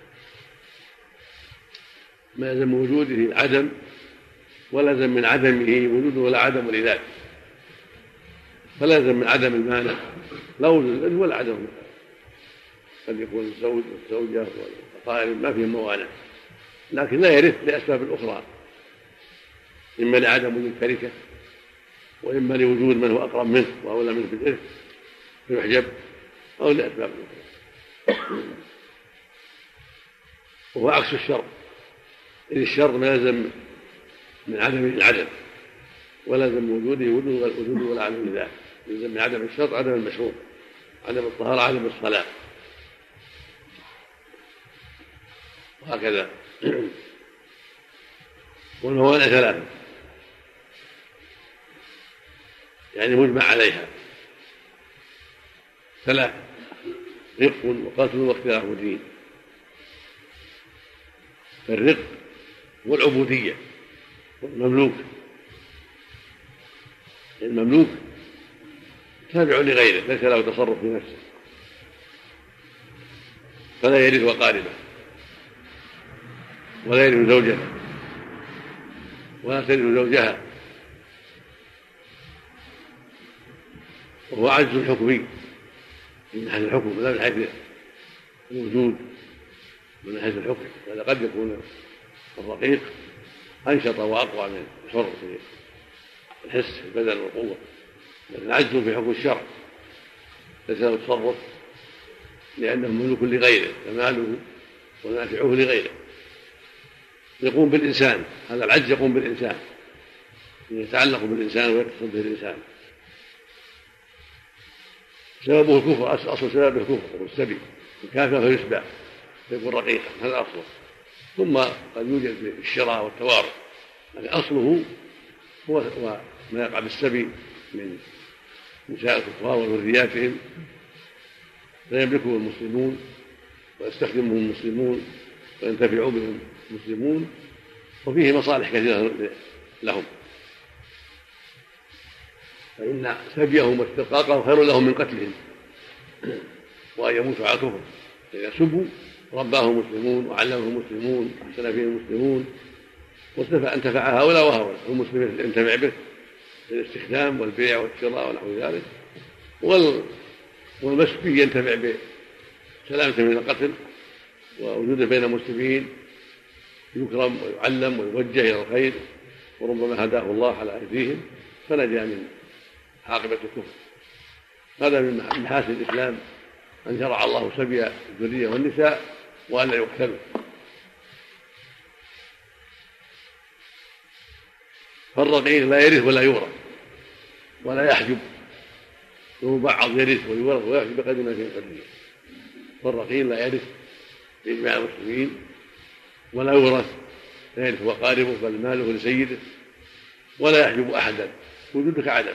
ما يلزم وجوده العدم ولا يلزم من عدمه وجوده ولا عدم لذاته. فلا يلزم من عدم المانع لا وجود الإرث ولا عدم المانع. قد يكون الزوج والزوجة والأقارب ما فيهم موانع، لكن لا يرث لأسباب أخرى، إما لعدم وجود شركة، وإما لوجود من هو أقرب منه وأولى منه بالإرث فيحجب، أو لأسباب أخرى. وهو عكس الشرط، إذ الشرط ما يلزم من عدمه العدم ولا يلزم وجوده وجوده ولا عدم لذاته. يلزم من عدم الشرط عدم المشروط، عدم الطهارة عدم الصلاة، وهكذا. والموانع 3 يعني مجمع عليها 3: رق وقتل واختلاف دين. فالرق والعبودية والمملوك. المملوك تابع لغيره ليس له تصرف في نفسه، فلا يرث وقاربه ولا يرث زوجته ولا ترث زوجها، وهو عجز الحكمي من ناحية الحكم لا من حيث الوجود، من ناحية الحكم. هذا قد يكون الرقيق أنشط وأقوى من الحر في الحس في البدن والقوة، لكن عجز في حكم الشرع ليس له تصرف لأنه مملوك لغيره، فماله ونافعه لغيره. يقوم بالإنسان، هذا العجز يقوم بالإنسان، يتعلق بالإنسان ويتصل به الإنسان. سببه الكفر، أصل سببه الكفر والسبي، الكافر فيسبى فيكون رقيقا، هذا أصله. ثم قد يوجد الشراء والتوارث، يعني أصله هو ما يقع بالسبي من نساء الكفار وذرياتهم، فيملكه المسلمون ويستخدمهم المسلمون وينتفع بهم المسلمون، وفيه مصالح كثيرة لهم، فإن سبيهم واسترقاقهم خير لهم من قتلهم وأن يموتوا على الكفر. إذا سبوا رباهم مسلمون وعلمهم مسلمون وأحسن فيهم المسلمون، وانتفع هؤلاء وهؤلاء، المسلمين ينتفع به في الاستخدام والبيع والشراء ونحو ذلك، والمسبي ينتفع بسلامته من القتل ووجوده بين المسلمين، يكرم ويعلم ويوجه إلى الخير، وربما هداه الله على أيديهم فنجا من عاقبة الكفر. هذا من محاسن الإسلام أن شرع الله سبي الذرية والنساء وأن لا يقتلوا. فالرقيق لا يرث ولا يورث ولا يحجب، وبعض يرث ويورث ويحجب بقدر ما فيه الحرية. فالرقيق لا يرث بإجماع المسلمين ولا يورث، لا يرث وقاربه بل ماله لسيده، ولا يحجب أحدا وجودك عدم.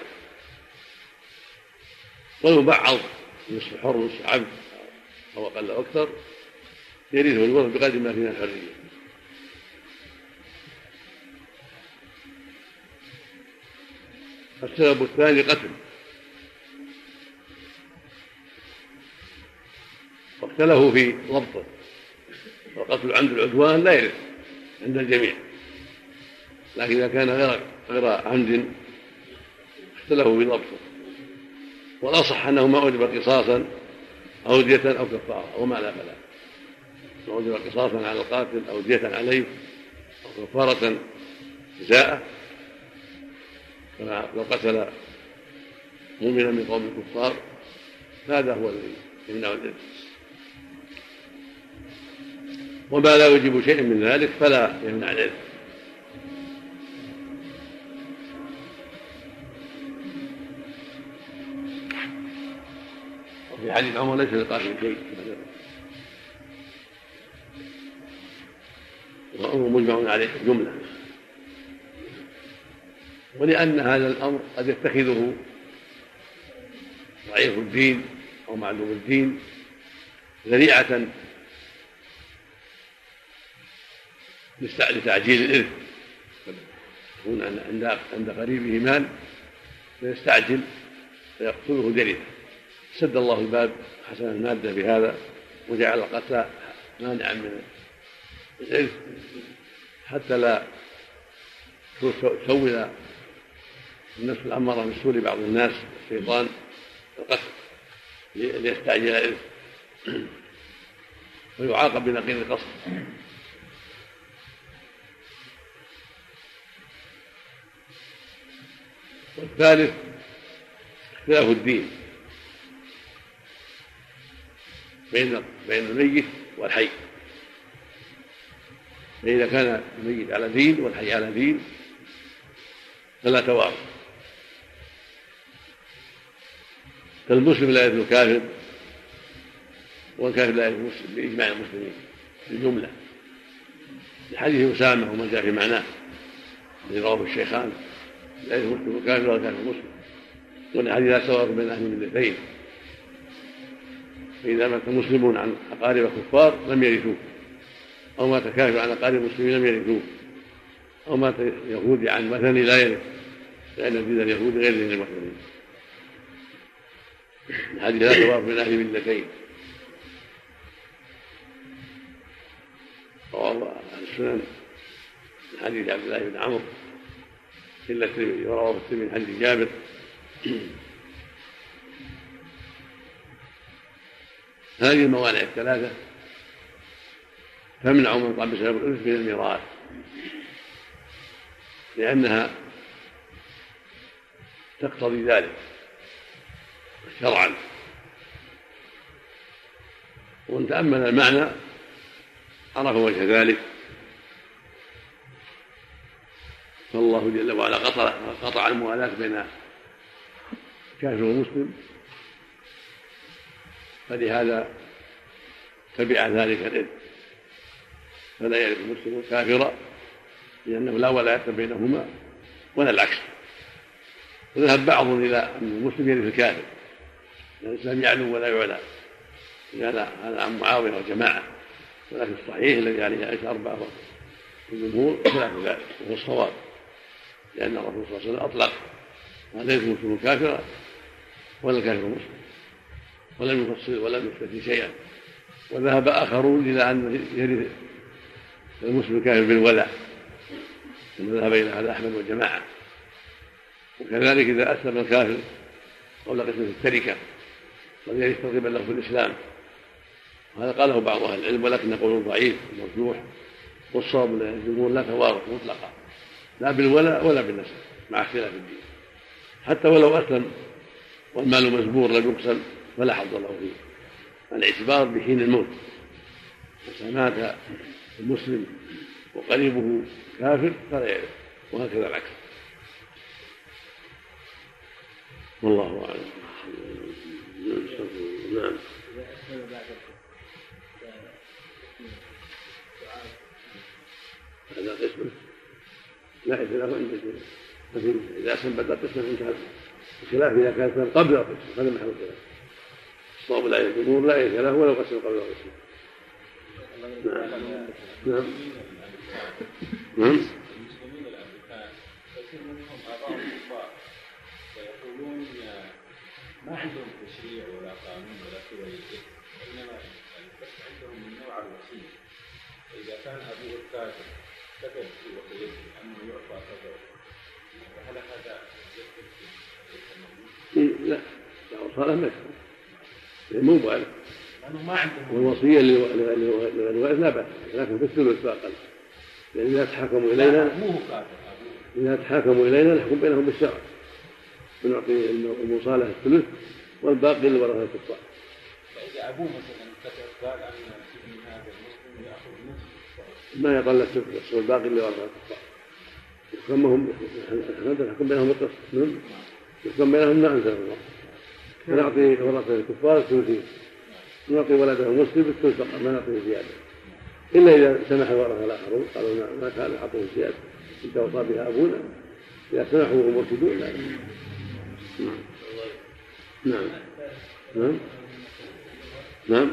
والمبعض نصف حر نصف عبد أو أقل أو أكثر يرث ويورث بقدر ما فيه الحرية. السبب الثاني قتل، واختلفوا في ضبطه، والقتل عند العدوان لا يرث عند الجميع، لكن إذا كان غير عمد اختلفوا في ضبطه. والأصح أنه ما أوجب قصاصا أو دية أو كفارة أو ما لا فلا، ما أوجب قصاصا على القاتل أو دية عليه أو كفارة جزاءه، لو قتل مؤمنا من قوم الكفار هذا هو الذي يمنع الإرث. وما لا يوجب شيء من ذلك فلا يمنع الإرث. وفي حديث عمر ليس للقاتل شيء، وهو مجمع عليه جملة. ولأن هذا الأمر قد يتخذه ضعيف الدين أو معلوم الدين ذريعة لتعجيل الإرث، يكون عند قريبه مال فيستعجل فيقتله جريمة. سد الله الباب حسن المادة بهذا وجعل القتل مانعا من الإرث، حتى لا تسول النفس الأمارة بالسوء لبعض الناس الشيطان القتل ليستعجل الإرث ويعاقب بنقيض القصد. والثالث اختلاف الدين بين الميت والحي، فإذا كان الميت على دين والحي على دين فلا توارث، فالمسلم لا يرث الكافر والكافر لا يرث المسلم بإجماع المسلمين بالجملة، لحديث أسامة وما جاء في معناه الذي رواه الشيخان: لا يرث المسلم الكافر ولا الكافر المسلم، والحديث لا توارث بين أهل الملتين، فإذا مات مسلم عن أقارب كفار لم يرثوه، أو مات كافر عن أقارب مسلمين لم يرثوه، أو مات يهودي عن وثني لا يرث، لأن دين اليهود غير دين المسلمين. الحديث لا توارث بين أهل الملتين، رواه أهل السنن من حديث عبد الله بن عمرو إلا الترمذي، ورواه الترمذي من حديث جابر. هذه الموانع الثلاثة تمنع من طعم بسبب الإرث من الميراث، لأنها تقتضي ذلك شرعا. ومن تأمل المعنى عرف وجه ذلك، فالله جل وعلا قطع الموالاة بين كافر ومسلم فلهذا تبع ذلك الإثم، فلا يرث المسلم كافرا لأنه لا ولاية بينهما ولا العكس. وذهب بعض إلى أن المسلم يرث الكافر، لأن الإسلام يعلو ولا يعلى، هذا عن معاوية وجماعة، ولكن الصحيح الذي عليه عائشة 4 والجمهور خلاف ذلك وهو الصواب، لأن الرسول صلى الله عليه وسلم أطلق ما ليس المسلم كافرا ولا الكافر مسلم، ولم يفصل ولم يستثني شيئا. وذهب آخرون إلى أن يرث المسلم الكافر بالولاء، ثم ذهب إلى هذا أحمد وجماعة. وكذلك إذا أسلم الكافر قبل قسمة التركة قد يستغرب له في الإسلام، وهذا قاله بعض أهل العلم، ولكن قول ضعيف مرجوح، والصواب من الجمهور لا توارث مطلقا لا بالولاء ولا بالنسب مع اختلاف الدين، حتى ولو أسلم والمال مزبور لم يقسم فلا حظ له فيه، الاعتبار بحين الموت. إذا مات المسلم وقريبه كافر فلا يعرف، وهكذا العكس. والله أعلم. نعم. هذا قسم لا إذا إذا أسلم بعد قسم انتهى الخلاف. إذا كان قبل القسم هذا محل الخلاف. الصواب لا الجمهور لا يثبت له ولو قسم قبل القسم. نعم. نعم. المسلمين الأمريكان كثير منهم آباء كفار ويقولون ما عندهم تشريع ولا قانون ولا كويس، إنما الفقه عندهم من نوع الوصية، فإذا كان أبوه الكافر كتب في وصيته أنه يعطى كذا، فهل هذا يكفي؟ لا وصالة ما يكفي، مو بالغ، لأنه ما عندهم. والوصية للوارث لا بأس، لكن في الثلث فأقل، لأن إذا تحاكموا إلينا نحكم بينهم بالشرع، ونعطي المصالحة الثلث والباقي للورثة الكفار. فإذا أبوه مثلا كتب قال أن ابن هذا المسلم يأخذ نصف ما يقل الثلث والباقي للورثة الكفار، نحكم بينهم بالقسط، يحكم بينهم نعم الله، فنعطي ورثة الكفار الثلثين، نعطي ولده المسلم الثلث فقط، ما نعطيه زيادة، إلا إذا سمح الورثة الآخرون قالوا ما كان يعطيه زيادة إذا وصى بها أبونا، إذا سمحوا ومرشدون لا. نعم. نعم. نعم.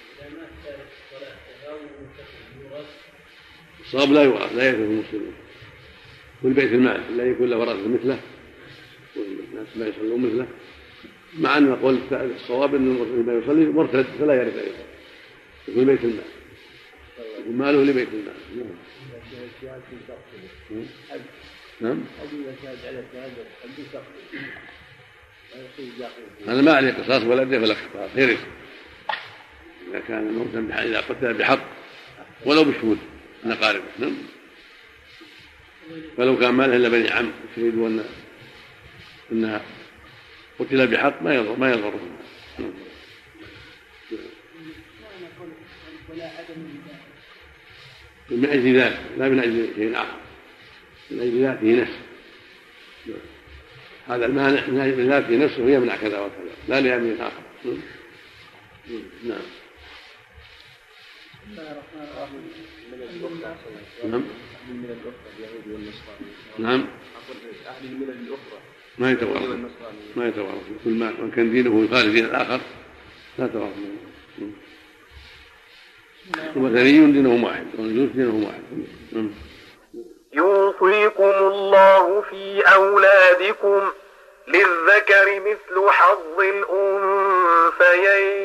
الصواب لا يورث، لا يرث المسلمين والبيت المال لا يكون له ورثة مثله والناس ما يصلون مثله، مع أن نقول الصواب أن المسلم ما يصلي مرتد فلا يرث أيضا، يكون بيت المال، يكون ماله لبيت المال. نعم. هذا ما عليه قصاص ولا دين ولا كفارة، يرث إذا كان موتا إذا قتل بحق ولو بشهود من أقاربه. نعم. فلو كان ماله إلا بني عم يشهدوا أنها قتل بحق ما يضره. من أجل ذلك لا من أجل شيء آخر، من أجل ذاته نفسه، هذا المانع من أجل ذاته نفسه يمنع كذا وكذا لا لأمر آخر. نعم. نعم. نعم. ما يتوارث كل ما كان دينه يخالف دين الآخر لا توارث. وثني دينهم واحد والمجوس دينهم واحد. يوصيكم الله في أولادكم للذكر مثل حظ الأنثيين